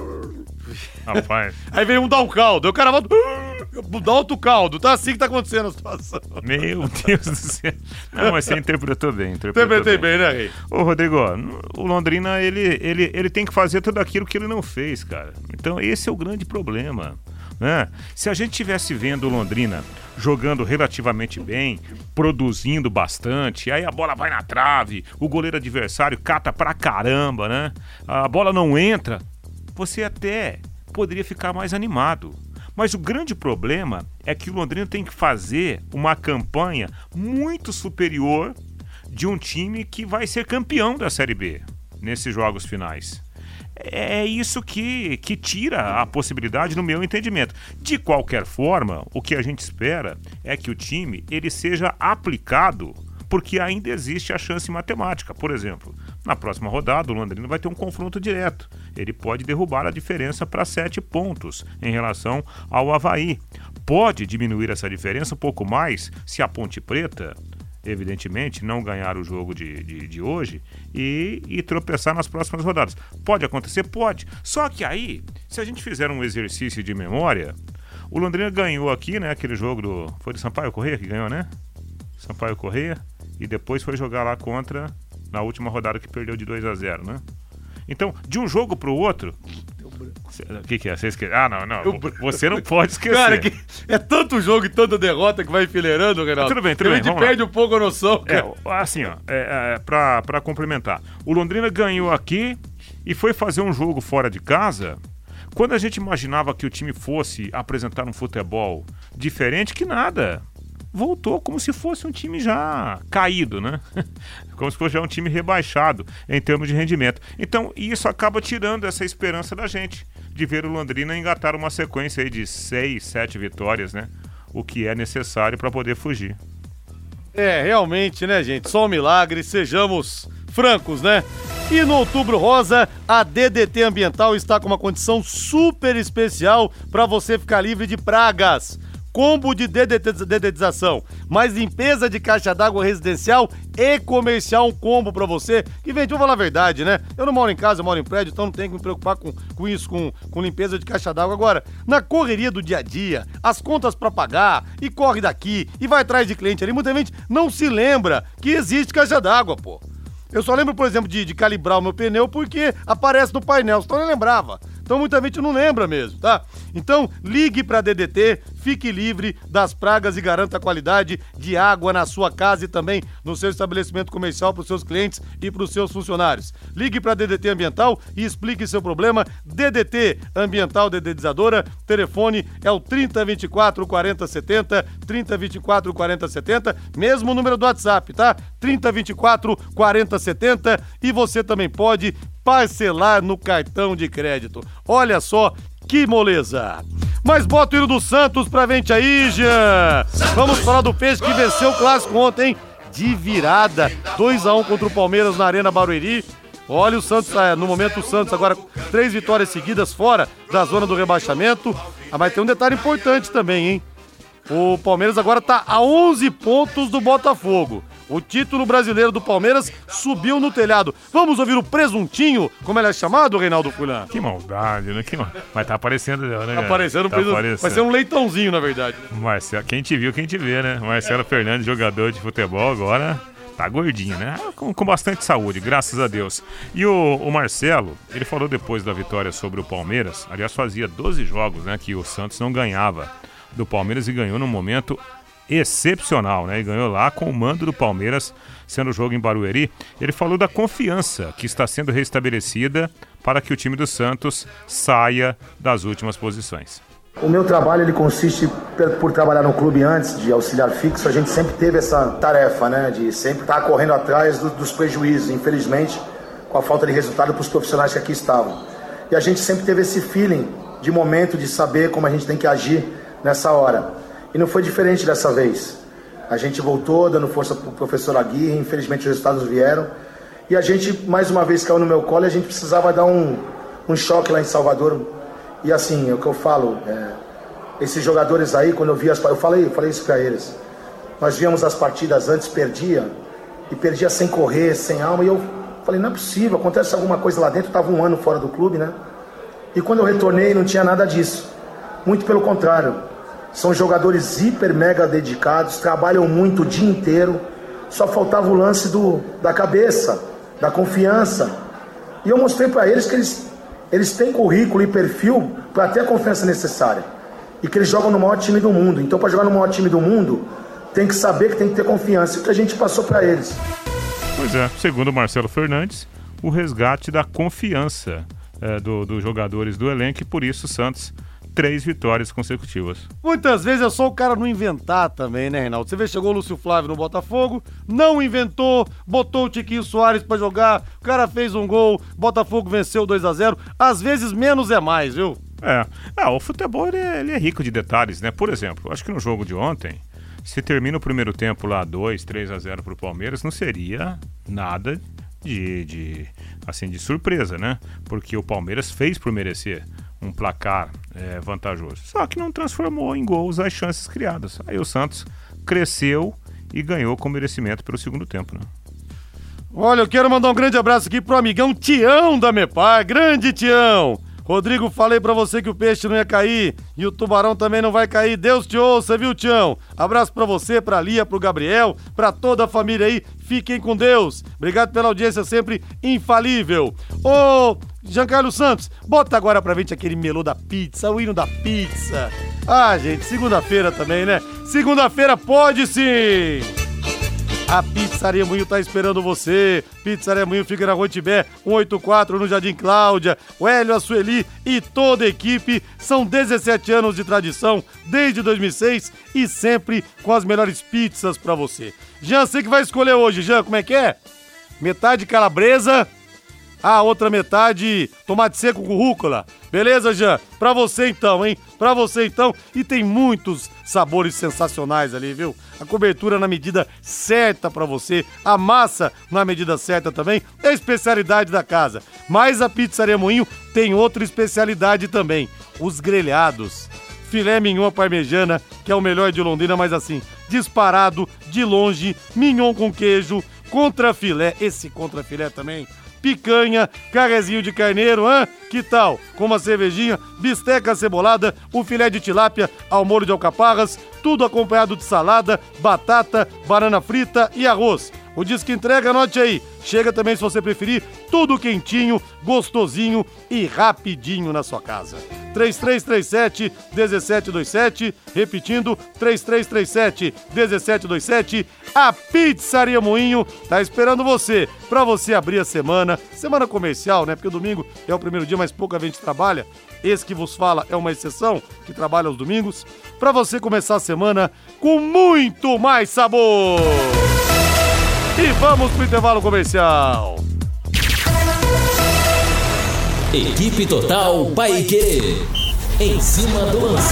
Rapaz. Aí vem um dar um caldo, aí o cara volta, dá outro caldo, tá assim que tá acontecendo a situação. Meu Deus do céu. Não, mas você interpretou bem. Interpretou Interpretei bem, bem, né, Rei? Ô, Rodrigo, o Londrina, ele, ele, ele tem que fazer tudo aquilo que ele não fez, cara. Então, esse é o grande problema, né? Se a gente tivesse vendo o Londrina jogando relativamente bem, produzindo bastante, aí a bola vai na trave, o goleiro adversário cata pra caramba, né? A bola não entra, você até poderia ficar mais animado. Mas o grande problema é que o Londrina tem que fazer uma campanha muito superior de um time que vai ser campeão da Série B nesses jogos finais. É isso que, que tira a possibilidade, no meu entendimento. De qualquer forma, o que a gente espera é que o time ele seja aplicado, porque ainda existe a chance matemática. Por exemplo, na próxima rodada o Londrina vai ter um confronto direto. Ele pode derrubar a diferença para sete pontos em relação ao Avaí. Pode diminuir essa diferença um pouco mais se a Ponte Preta, evidentemente, não ganhar o jogo de, de, de hoje e, e tropeçar nas próximas rodadas. Pode acontecer? Pode. Só que aí, se a gente fizer um exercício de memória, o Londrina ganhou aqui, né, aquele jogo do... Foi do Sampaio Corrêa que ganhou, né? Sampaio Corrêa. E depois foi jogar lá contra, na última rodada que perdeu de dois a zero, né? Então, de um jogo pro outro... O que que é? Você esque... Ah, não, não. Você não pode esquecer. Cara, que é tanto jogo e tanta derrota que vai enfileirando, Reinaldo. Tudo bem, tudo bem. A gente perde lá. Um pouco a noção, cara. É, assim, ó, é, é, pra, pra complementar. O Londrina ganhou aqui e foi fazer um jogo fora de casa. Quando a gente imaginava que o time fosse apresentar um futebol diferente, que nada. Voltou como se fosse um time já caído, né? Como se fosse já um time rebaixado em termos de rendimento. Então, isso acaba tirando essa esperança da gente de ver o Londrina engatar uma sequência aí de seis, sete vitórias, né? O que é necessário para poder fugir. É, realmente, né, gente? Só um milagre, sejamos francos, né? E no Outubro Rosa, a D D T Ambiental está com uma condição super especial para você ficar livre de pragas. Combo de dedetização, mais limpeza de caixa d'água residencial e comercial, um combo pra você, que vende, vou falar a verdade, né? Eu não moro em casa, eu moro em prédio, então não tenho que me preocupar com, com isso, com, com limpeza de caixa d'água. Agora, na correria do dia a dia, as contas pra pagar, e corre daqui, e vai atrás de cliente ali, muita gente não se lembra que existe caixa d'água, pô. Eu só lembro, por exemplo, de, de calibrar o meu pneu porque aparece no painel, então eu não lembrava. Então muita gente não lembra mesmo, tá? Então ligue pra D D T, fique livre das pragas e garanta a qualidade de água na sua casa e também no seu estabelecimento comercial para os seus clientes e para os seus funcionários. Ligue pra D D T Ambiental e explique seu problema. D D T Ambiental Dedetizadora, telefone é o trinta, vinte e quatro, quarenta, setenta, trinta, vinte e quatro, quarenta, setenta, mesmo número do WhatsApp, tá? trinta, vinte e quatro, quarenta, setenta, e você também pode parcelar no cartão de crédito. Olha só que moleza. Mas bota o hino do Santos pra frente aí, Jean. Vamos falar do Peixe que venceu o clássico ontem de virada, dois a um contra o Palmeiras na Arena Barueri. Olha o Santos, no momento o Santos agora três vitórias seguidas fora da zona do rebaixamento. Ah, mas tem um detalhe importante também, hein? O Palmeiras agora tá a onze pontos do Botafogo. O título brasileiro do Palmeiras subiu no telhado. Vamos ouvir o presuntinho, como ele é chamado, Reinaldo Fulan? Que maldade, né? Que mal... Mas tá aparecendo, né? Tá aparecendo, tá aparecendo. Vai ser um leitãozinho, na verdade. Marcelo, quem te viu, quem te vê, né? Marcelo Fernandes, jogador de futebol agora, tá gordinho, né? Com, com bastante saúde, graças a Deus. E o, o Marcelo, ele falou depois da vitória sobre o Palmeiras, aliás, fazia doze jogos, né, que o Santos não ganhava do Palmeiras e ganhou num momento excepcional, né? E ganhou lá com o mando do Palmeiras, sendo o jogo em Barueri. Ele falou da confiança que está sendo restabelecida para que o time do Santos saia das últimas posições. O meu trabalho ele consiste por trabalhar no clube antes de auxiliar fixo. A gente sempre teve essa tarefa, né, de sempre estar correndo atrás do, dos prejuízos, infelizmente, com a falta de resultado para os profissionais que aqui estavam. E a gente sempre teve esse feeling de momento de saber como a gente tem que agir nessa hora. E não foi diferente dessa vez. A gente voltou dando força para o professor Aguirre, infelizmente os resultados vieram. E a gente, mais uma vez, caiu no meu colo e a gente precisava dar um, um choque lá em Salvador. E assim, é o que eu falo, é, esses jogadores aí, quando eu vi as... Eu falei, eu falei isso para eles. Nós víamos as partidas antes, perdia, e perdia sem correr, sem alma, e eu falei, não é possível, acontece alguma coisa lá dentro. Eu estava um ano fora do clube, né? E quando eu retornei, não tinha nada disso. Muito pelo contrário. São jogadores hiper, mega dedicados, trabalham muito o dia inteiro. Só faltava o lance do, da cabeça, da confiança. E eu mostrei para eles que eles, eles têm currículo e perfil para ter a confiança necessária. E que eles jogam no maior time do mundo. Então, para jogar no maior time do mundo, tem que saber que tem que ter confiança. E que a gente passou para eles. Pois é, segundo Marcelo Fernandes, o resgate da confiança é, do, dos jogadores do elenco. E por isso o Santos... três vitórias consecutivas. Muitas vezes é só o cara não inventar também, né, Reinaldo? Você vê, chegou o Lúcio Flávio no Botafogo, não inventou, botou o Tiquinho Soares pra jogar, o cara fez um gol, Botafogo venceu dois a zero. Às vezes menos é mais, viu? É, ah, o futebol ele é, ele é rico de detalhes, né? Por exemplo, acho que no jogo de ontem, se termina o primeiro tempo lá dois, três a zero pro Palmeiras, não seria nada de, de, assim, de surpresa, né? Porque o Palmeiras fez por merecer um placar é, vantajoso. Só que não transformou em gols as chances criadas. Aí o Santos cresceu e ganhou com merecimento pelo segundo tempo, né? Olha, eu quero mandar um grande abraço aqui pro amigão Tião da Mepar. Grande Tião! Rodrigo, falei pra você que o peixe não ia cair e o tubarão também não vai cair. Deus te ouça, viu, Tião? Abraço pra você, pra Lia, pro Gabriel, pra toda a família aí. Fiquem com Deus. Obrigado pela audiência sempre infalível. Ô, Giancarlo Santos, bota agora pra gente aquele melô da pizza, o hino da pizza. Ah, gente, segunda-feira também, né? Segunda-feira pode sim! A Pizzaria Moinho tá esperando você. Pizzaria Moinho fica na Rua Tibé, cento e oitenta e quatro, no Jardim Cláudia. O Hélio, a Sueli e toda a equipe. São dezessete anos de tradição, desde dois mil e seis, e sempre com as melhores pizzas pra você. Jean, você que vai escolher hoje, Jean, como é que é? Metade calabresa, a outra metade tomate seco com rúcula. Beleza, Jean? Pra você então, hein? Pra você então. E tem muitos sabores sensacionais ali, viu? A cobertura na medida certa pra você, a massa na medida certa também, é a especialidade da casa. Mas a Pizzaria Moinho tem outra especialidade também, os grelhados. Filé mignon parmegiana, que é o melhor de Londrina, mas assim, disparado, de longe, mignon com queijo, contrafilé, esse contrafilé também, picanha, carrezinho de carneiro, hã? Que tal? Com uma cervejinha, bisteca cebolada, o filé de tilápia ao molho de alcaparras, tudo acompanhado de salada, batata, banana frita e arroz. O Disque Entrega, anote aí. Chega também, se você preferir, tudo quentinho, gostosinho e rapidinho na sua casa. três três três sete, um sete dois sete, repetindo, três três três sete, um sete dois sete. A Pizzaria Moinho tá esperando você, pra você abrir a semana, semana comercial, né? Porque o domingo é o primeiro dia, mas pouca gente trabalha. Esse que vos fala é uma exceção, que trabalha aos domingos. Pra você começar a semana com muito mais sabor. E vamos pro intervalo comercial. Equipe Total Paiquerê. Em cima do lance.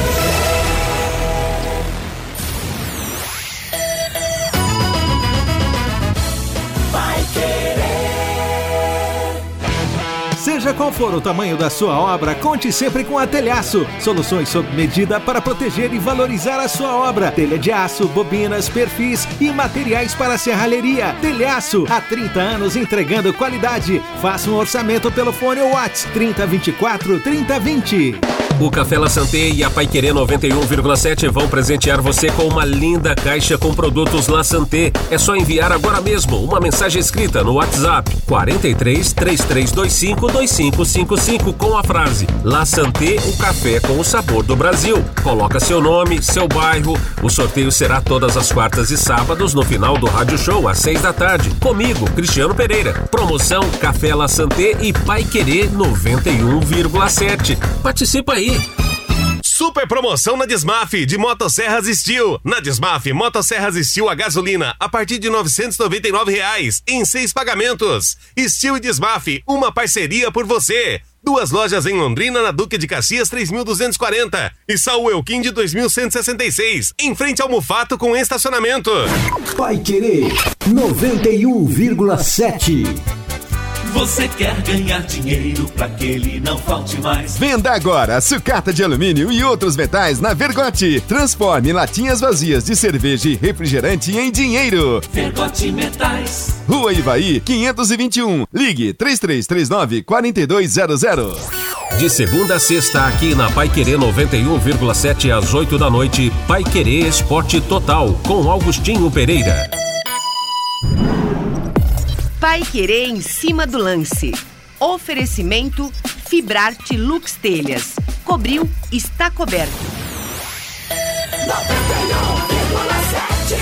Seja qual for o tamanho da sua obra, conte sempre com a Telhaço. Soluções sob medida para proteger e valorizar a sua obra. Telha de aço, bobinas, perfis e materiais para serralheria. Telhaço, há trinta anos entregando qualidade. Faça um orçamento pelo fone ou WhatsApp trinta, vinte e quatro, trinta, vinte. O Café La Santé e a Paiquerê noventa e um vírgula sete vão presentear você com uma linda caixa com produtos La Santé. É só enviar agora mesmo uma mensagem escrita no WhatsApp quarenta e três, três três dois cinco, dois cinco cinco cinco com a frase La Santé, o café com o sabor do Brasil. Coloca seu nome, seu bairro. O sorteio será todas as quartas e sábados no final do Rádio Show, às seis da tarde. Comigo, Cristiano Pereira. Promoção Café La Santé e Paiquerê noventa e um vírgula sete. Participa aí! Super promoção na Desmaf de Motosserras Steel. Na Desmaf, Motosserras Steel a gasolina a partir de novecentos e noventa e nove reais em seis pagamentos. Steel e Desmaf, uma parceria por você. Duas lojas em Londrina, na Duque de Caxias três mil duzentos e quarenta e Saul Elquim de dois mil cento e sessenta e seis, em frente ao Mufato com estacionamento. Paiquerê noventa e um vírgula sete. Você quer ganhar dinheiro pra que ele não falte mais? Venda agora sucata de alumínio e outros metais na Vergote. Transforme latinhas vazias de cerveja e refrigerante em dinheiro. Vergote Metais. Rua Ivaí, quinhentos e vinte e um. Ligue três três três nove, quatro dois zero zero. De segunda a sexta, aqui na Paiquerê noventa e um vírgula sete, às oito da noite, Paiquerê Esporte Total, com Augustinho Pereira. Paiquerê em cima do lance. Oferecimento Fibrarte Lux Telhas. Cobriu, está coberto. noventa e um vírgula sete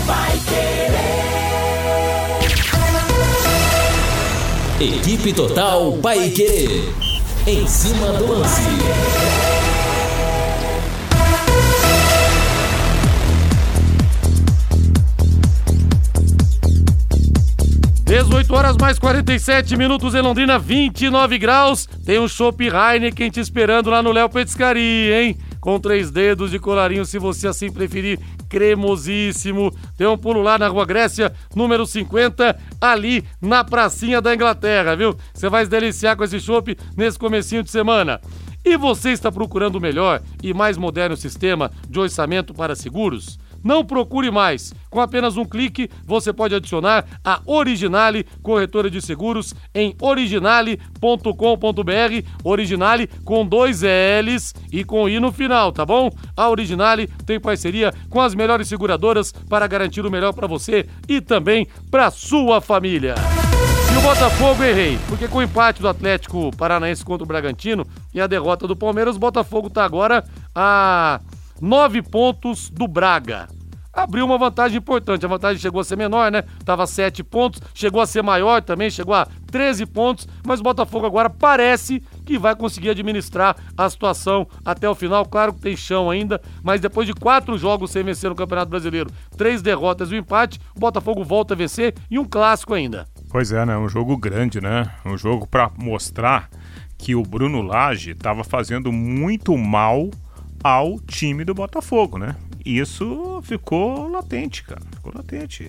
Paiquerê. Equipe Total Paiquerê. Em cima do lance. dezoito horas mais quarenta e sete minutos em Londrina, vinte e nove graus. Tem um chopp Heineken te esperando lá no Léo Petiscaria, hein? Com três dedos de colarinho, se você assim preferir, cremosíssimo. Tem um pulo lá na Rua Grécia, número cinquenta, ali na pracinha da Inglaterra, viu? Você vai se deliciar com esse chopp nesse comecinho de semana. E você está procurando o melhor e mais moderno sistema de orçamento para seguros? Não procure mais. Com apenas um clique, você pode adicionar a Originale Corretora de Seguros em originale ponto com ponto br. Originale com dois L's e com I no final, tá bom? A Originale tem parceria com as melhores seguradoras para garantir o melhor para você e também para sua família. E o Botafogo, errei, porque com o empate do Atlético Paranaense contra o Bragantino e a derrota do Palmeiras, o Botafogo está agora a nove pontos do Braga. Abriu uma vantagem importante, a vantagem chegou a ser menor, né? Tava sete pontos, chegou a ser maior também, chegou a treze pontos, mas o Botafogo agora parece que vai conseguir administrar a situação até o final. Claro que tem chão ainda, mas depois de quatro jogos sem vencer no Campeonato Brasileiro, três derrotas e um empate, o Botafogo volta a vencer e um clássico ainda. Pois é, né? Um jogo grande, né? Um jogo pra mostrar que o Bruno Lage estava fazendo muito mal ao time do Botafogo, né? Isso ficou latente, cara, ficou latente.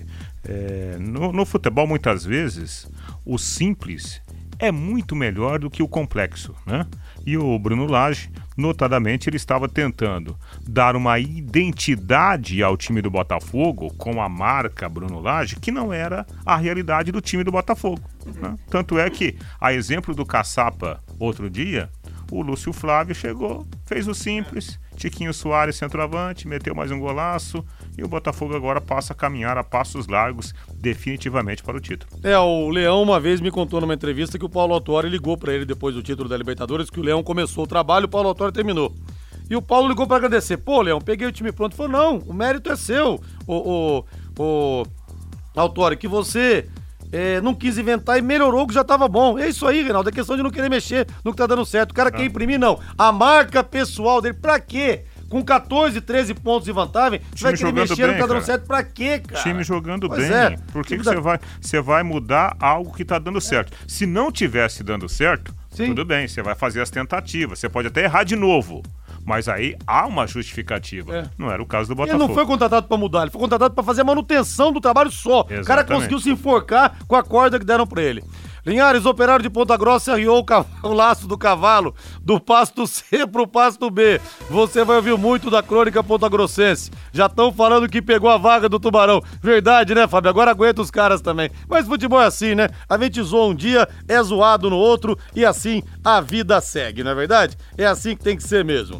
É, no, no futebol, muitas vezes, o simples é muito melhor do que o complexo, né? E o Bruno Lage, notadamente, ele estava tentando dar uma identidade ao time do Botafogo com a marca Bruno Lage, que não era a realidade do time do Botafogo, né? Tanto é que, a exemplo do Caçapa, outro dia, o Lúcio Flávio chegou, fez o simples, Tiquinho Soares, centroavante, meteu mais um golaço e o Botafogo agora passa a caminhar a passos largos definitivamente para o título. É, o Leão uma vez me contou numa entrevista que o Paulo Autuori ligou para ele depois do título da Libertadores, que o Leão começou o trabalho, o Paulo Autuori terminou. E o Paulo ligou para agradecer. Pô, Leão, peguei o time pronto. Ele falou, não, o mérito é seu, o, o, o Autuori, que você... É, não quis inventar e melhorou o que já tava bom. É isso aí, Reinaldo, é questão de não querer mexer no que tá dando certo. O cara ah. quer imprimir, não. A marca pessoal dele, pra quê? Com catorze, treze pontos de vantagem, você vai querer mexer bem, no que tá dando cara. certo, pra quê, cara? Time jogando pois bem. É. Por que você da... vai, você vai mudar algo que tá dando certo? É. Se não tivesse dando certo, Sim. tudo bem, você vai fazer as tentativas. Você pode até errar de novo. Mas aí há uma justificativa. É. Não era o caso do Botafogo. Ele não foi contratado pra mudar, ele foi contratado pra fazer a manutenção do trabalho só. Exatamente. O cara conseguiu se enforcar com a corda que deram pra ele. Linhares, operário de Ponta Grossa, arriou o, cav... o laço do cavalo do pasto C pro pasto B. Você vai ouvir muito da crônica pontagrossense. Já estão falando que pegou a vaga do Tubarão. Verdade, né, Fábio? Agora aguenta os caras também. Mas futebol é assim, né? A gente zoa um dia, é zoado no outro e assim a vida segue, não é verdade? É assim que tem que ser mesmo.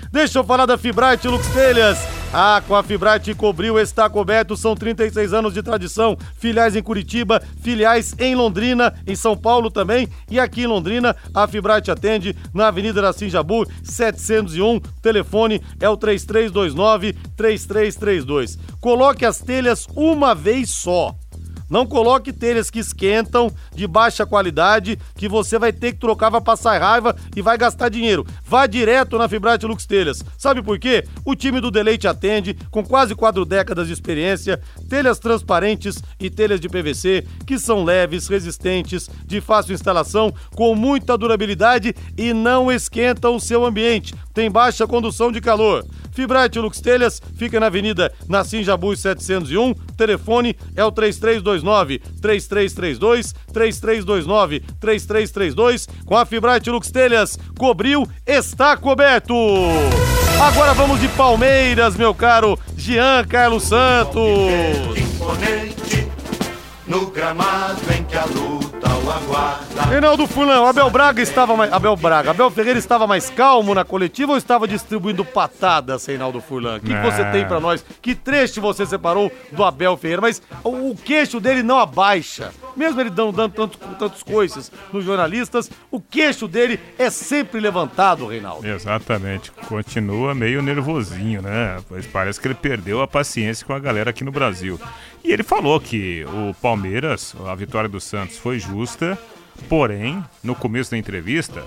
Deixa eu falar da Fibrate Lux Telhas. Ah, com a Fibrate Cobril está coberto, são trinta e seis anos de tradição, filiais em Curitiba, filiais em Londrina, em São Paulo também, e aqui em Londrina a Fibrate atende na Avenida Nassim Jabu, setecentos e um, telefone é o três três dois nove, três três três dois. Coloque as telhas uma vez só. Não coloque telhas que esquentam, de baixa qualidade, que você vai ter que trocar, vai passar raiva e vai gastar dinheiro. Vá direto na Fibrate Lux Telhas. Sabe por quê? O time do Deleite atende, com quase quatro décadas de experiência, telhas transparentes e telhas de P V C, que são leves, resistentes, de fácil instalação, com muita durabilidade e não esquentam o seu ambiente. Tem baixa condução de calor. Fibrate Lux Telhas fica na Avenida Nassim Jabu setecentos e um, telefone é o três três dois nove, três três três dois, três três dois nove, três três três dois. Com a Fibrate Lux Telhas, cobriu, está coberto. Agora vamos de Palmeiras, meu caro Jean Carlos Santos. Imponente, no gramado em que a luta o aguarda. Reinaldo Fulano, Abel Braga estava mais... Abel Braga, Abel Ferreira estava mais calmo na coletiva ou estava distribuindo patadas, Reinaldo Fulano? O que, que você tem pra nós? Que trecho você separou do Abel Ferreira? Mas o, o queixo dele não abaixa. Mesmo ele dando, dando tanto, tantas coisas nos jornalistas, o queixo dele é sempre levantado, Reinaldo. Exatamente. Continua meio nervosinho, né? Pois parece que ele perdeu a paciência com a galera aqui no Brasil. E ele falou que o Palmeiras, a vitória do Santos foi justa, porém, no começo da entrevista,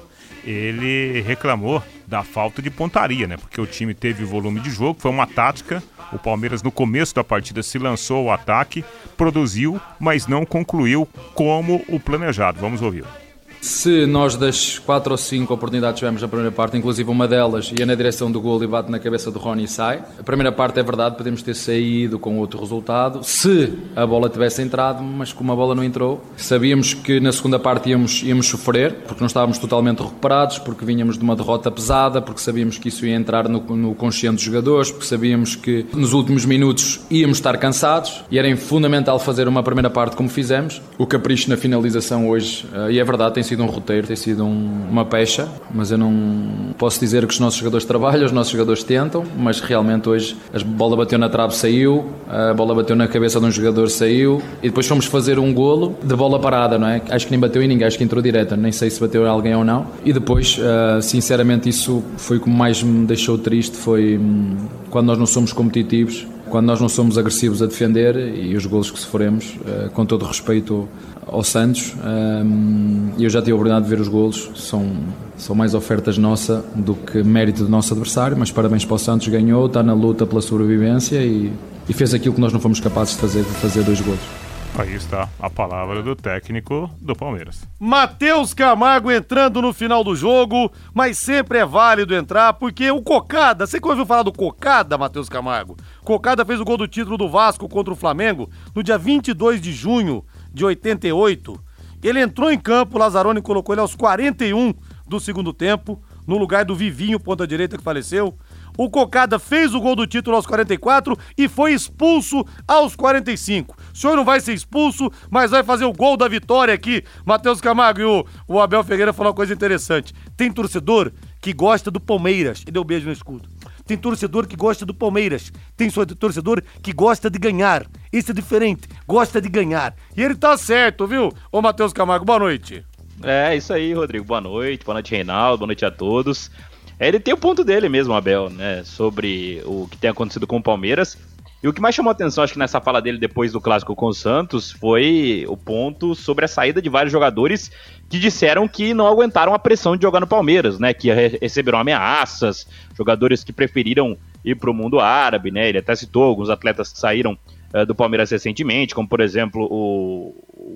ele reclamou da falta de pontaria, né? Porque o time teve volume de jogo, foi uma tática. O Palmeiras, no começo da partida, se lançou ao ataque, produziu, mas não concluiu como o planejado. Vamos ouvir. Se nós das quatro ou cinco oportunidades tivemos na primeira parte, inclusive uma delas ia na direção do golo e bate na cabeça do Rony e sai. A primeira parte é verdade, podemos ter saído com outro resultado, se a bola tivesse entrado, mas como a bola não entrou, sabíamos que na segunda parte íamos, íamos sofrer, porque não estávamos totalmente recuperados, porque vinhamos de uma derrota pesada, porque sabíamos que isso ia entrar no, no consciente dos jogadores, porque sabíamos que nos últimos minutos íamos estar cansados e era fundamental fazer uma primeira parte como fizemos. O capricho na finalização hoje, e é verdade, tem sido um roteiro, tem sido um, uma pecha, mas eu não posso dizer que os nossos jogadores trabalham, os nossos jogadores tentam, mas realmente hoje a bola bateu na trave, saiu, a bola bateu na cabeça de um jogador, saiu, e depois fomos fazer um golo de bola parada, não é? Acho que nem bateu em ninguém, acho que entrou direto, nem sei se bateu em alguém ou não, e depois, uh, sinceramente, isso foi o que mais me deixou triste, foi um, quando nós não somos competitivos, quando nós não somos agressivos a defender, e os golos que sofremos, uh, com todo respeito ao Santos, um, eu já tive a oportunidade de ver os golos, são, são mais ofertas nossa do que mérito do nosso adversário, mas parabéns para o Santos, ganhou, está na luta pela sobrevivência e, e fez aquilo que nós não fomos capazes de fazer, de fazer dois golos. Aí está a palavra do técnico do Palmeiras. Matheus Camargo entrando no final do jogo, mas sempre é válido entrar, porque o Cocada, você que ouviu falar do Cocada, Matheus Camargo? Cocada fez o gol do título do Vasco contra o Flamengo no dia vinte e dois de junho de oitenta e oito. Ele entrou em campo, o Lazzaroni colocou ele aos quarenta e um do segundo tempo, no lugar do Vivinho, ponta direita, que faleceu. O Cocada fez o gol do título aos quarenta e quatro e foi expulso aos quarenta e cinco. O senhor não vai ser expulso, mas vai fazer o gol da vitória aqui. Matheus Camargo, e o, o Abel Ferreira falou uma coisa interessante. Tem torcedor que gosta do Palmeiras e deu beijo no escudo. Tem torcedor que gosta do Palmeiras. Tem torcedor que gosta de ganhar. Isso é diferente. Gosta de ganhar. E ele tá certo, viu? Ô, Matheus Camargo, boa noite. É, isso aí, Rodrigo. Boa noite. Boa noite, Reinaldo. Boa noite a todos. É, ele tem o ponto dele mesmo, Abel, né? Sobre o que tem acontecido com o Palmeiras. E o que mais chamou a atenção, acho que nessa fala dele depois do clássico com o Santos, foi o ponto sobre a saída de vários jogadores que disseram que não aguentaram a pressão de jogar no Palmeiras, né? Que receberam ameaças, jogadores que preferiram ir para o mundo árabe, né? Ele até citou alguns atletas que saíram uh, do Palmeiras recentemente, como por exemplo o,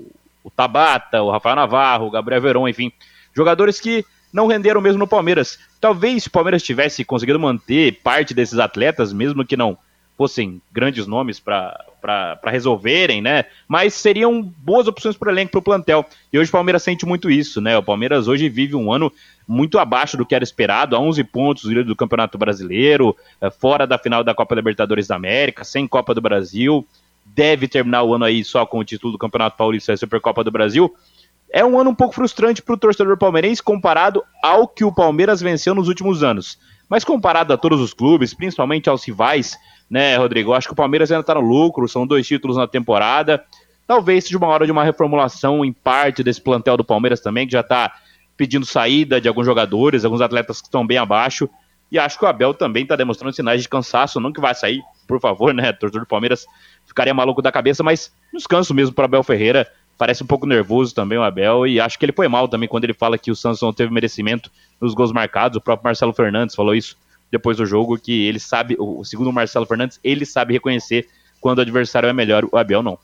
o Tabata, o Rafael Navarro, o Gabriel Veron, enfim, jogadores que não renderam mesmo no Palmeiras. Talvez se o Palmeiras tivesse conseguido manter parte desses atletas, mesmo que não fossem grandes nomes para resolverem, né? Mas seriam boas opções para o elenco, para o plantel. E hoje o Palmeiras sente muito isso, né? O Palmeiras hoje vive um ano muito abaixo do que era esperado, a onze pontos do Campeonato Brasileiro, fora da final da Copa Libertadores da América, sem Copa do Brasil, deve terminar o ano aí só com o título do Campeonato Paulista e a Supercopa do Brasil. É um ano um pouco frustrante para o torcedor palmeirense comparado ao que o Palmeiras venceu nos últimos anos. Mas comparado a todos os clubes, principalmente aos rivais, né, Rodrigo? Eu acho que o Palmeiras ainda tá no lucro, são dois títulos na temporada. Talvez seja uma hora de uma reformulação em parte desse plantel do Palmeiras também, que já tá pedindo saída de alguns jogadores, alguns atletas que estão bem abaixo. E acho que o Abel também está demonstrando sinais de cansaço, não que vai sair, por favor, né, torcedor do Palmeiras ficaria maluco da cabeça, mas descanso mesmo para Abel Ferreira, parece um pouco nervoso também o Abel, e acho que ele foi mal também quando ele fala que o Santos não teve merecimento nos gols marcados. O próprio Marcelo Fernandes falou isso depois do jogo, que ele sabe, segundo o Marcelo Fernandes, ele sabe reconhecer quando o adversário é melhor, o Abel não.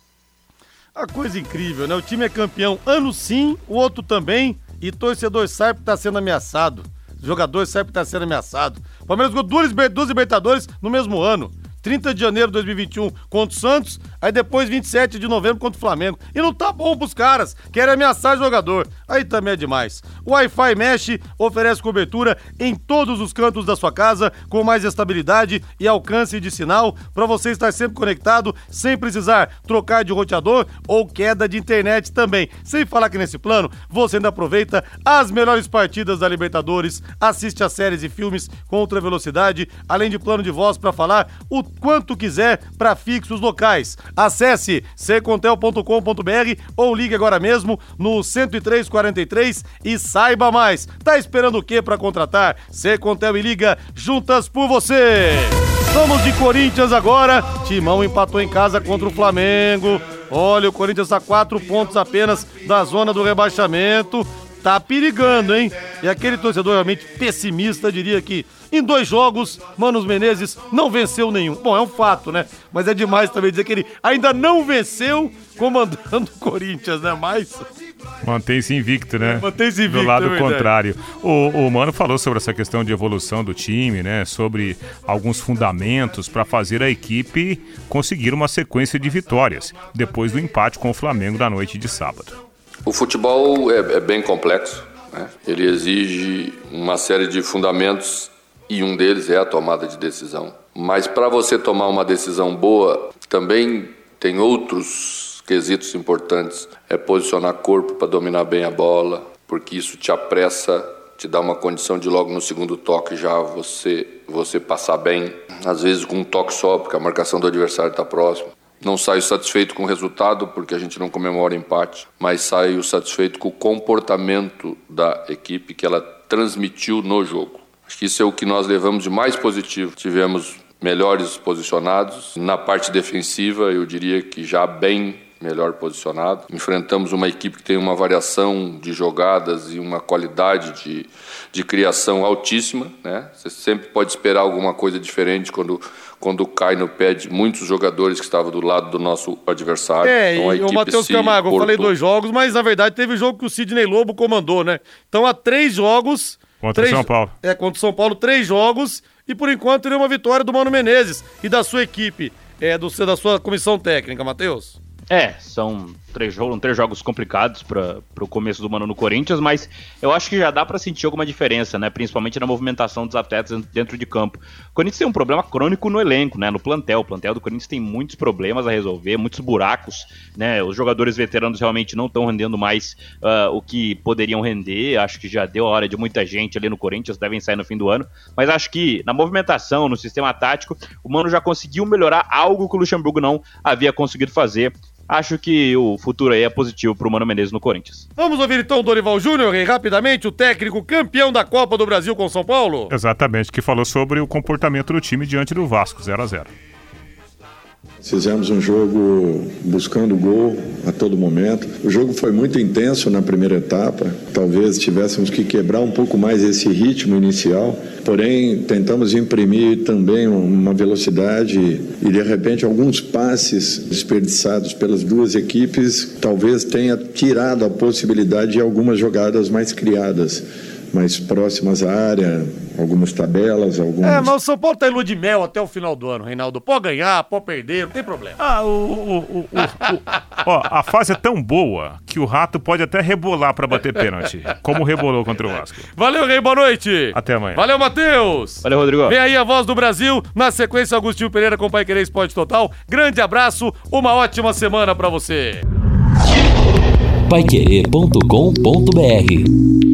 A coisa incrível, né? O time é campeão ano sim, o outro também, e torcedor sabe que tá sendo ameaçado. Jogador sabe que tá sendo ameaçado. O Palmeiras ganhou duas, duas Libertadores no mesmo ano. trinta de janeiro de dois mil e vinte e um contra o Santos, aí depois vinte e sete de novembro contra o Flamengo. E não tá bom pros caras, querem ameaçar o jogador. Aí também é demais. O Wi-Fi Mesh oferece cobertura em todos os cantos da sua casa, com mais estabilidade e alcance de sinal, para você estar sempre conectado, sem precisar trocar de roteador ou queda de internet também. Sem falar que nesse plano, você ainda aproveita as melhores partidas da Libertadores, assiste a séries e filmes com ultra velocidade, além de plano de voz para falar o quanto quiser para fixos locais. Acesse secontel ponto com ponto b r ou ligue agora mesmo no cento e três quarenta e três e saiba mais. Tá esperando o que para contratar? Secontel e Liga, juntas por você. Vamos de Corinthians agora. Timão empatou em casa contra o Flamengo. Olha, o Corinthians está quatro pontos apenas da zona do rebaixamento. Tá perigando, hein? E aquele torcedor realmente pessimista diria que em dois jogos, Mano Menezes não venceu nenhum. Bom, é um fato, né? Mas é demais também dizer que ele ainda não venceu comandando o Corinthians, né? Mas... Mantém-se invicto, né? Mantém-se invicto, do lado é contrário. O, o Mano falou sobre essa questão de evolução do time, né? Sobre alguns fundamentos para fazer a equipe conseguir uma sequência de vitórias depois do empate com o Flamengo na noite de sábado. O futebol é, é bem complexo, né? Ele exige uma série de fundamentos e um deles é a tomada de decisão. Mas para você tomar uma decisão boa, também tem outros quesitos importantes. É posicionar corpo para dominar bem a bola, porque isso te apressa, te dá uma condição de logo no segundo toque já você, você passar bem. Às vezes com um toque só, porque a marcação do adversário está próxima. Não saio satisfeito com o resultado, porque a gente não comemora empate, mas saio satisfeito com o comportamento da equipe que ela transmitiu no jogo. Acho que isso é o que nós levamos de mais positivo. Tivemos melhores posicionados. Na parte defensiva, eu diria que já bem melhor posicionado. Enfrentamos uma equipe que tem uma variação de jogadas e uma qualidade de, de criação altíssima, né? Você sempre pode esperar alguma coisa diferente quando, quando cai no pé de muitos jogadores que estavam do lado do nosso adversário. É, então, e o Matheus Camargo, eu falei dois jogos, mas na verdade teve jogo que o Sidney Lobo comandou, né? Então há três jogos... Contra três, o São Paulo. É, contra o São Paulo, três jogos e por enquanto teria uma vitória do Mano Menezes e da sua equipe, é, do, da sua comissão técnica, Matheus. É, são três jogos, três jogos complicados para o começo do Mano no Corinthians, mas eu acho que já dá para sentir alguma diferença, né? Principalmente na movimentação dos atletas dentro de campo. O Corinthians tem um problema crônico no elenco, né? No plantel. O plantel do Corinthians tem muitos problemas a resolver, muitos buracos, né? Os jogadores veteranos realmente não estão rendendo mais uh, o que poderiam render. Acho que já deu a hora de muita gente ali no Corinthians, devem sair no fim do ano. Mas acho que na movimentação, no sistema tático, o Mano já conseguiu melhorar algo que o Luxemburgo não havia conseguido fazer. Acho que o futuro aí é positivo pro Mano Menezes no Corinthians. Vamos ouvir então o Dorival Júnior, rapidamente, o técnico campeão da Copa do Brasil com São Paulo. Exatamente, que falou sobre o comportamento do time diante do Vasco, zero a zero. Fizemos um jogo buscando gol a todo momento. O jogo foi muito intenso na primeira etapa. Talvez tivéssemos que quebrar um pouco mais esse ritmo inicial. Porém, tentamos imprimir também uma velocidade e, de repente, alguns passes desperdiçados pelas duas equipes talvez tenha tirado a possibilidade de algumas jogadas mais criadas, mais próximas à área, algumas tabelas, algumas... É, mas o São Paulo tá em lua de mel até o final do ano, Reinaldo. Pode ganhar, pode perder, não tem problema. Ah, o... o, o, o, o ó, a fase é tão boa que o Rato pode até rebolar pra bater pênalti, como rebolou contra o Vasco. Valeu, Rei, boa noite. Até amanhã. Valeu, Matheus. Valeu, Rodrigo. Vem aí a Voz do Brasil, na sequência, Agostinho Pereira com Pai Querer Esporte Total. Grande abraço, uma ótima semana pra você. Pai Querer ponto com ponto b r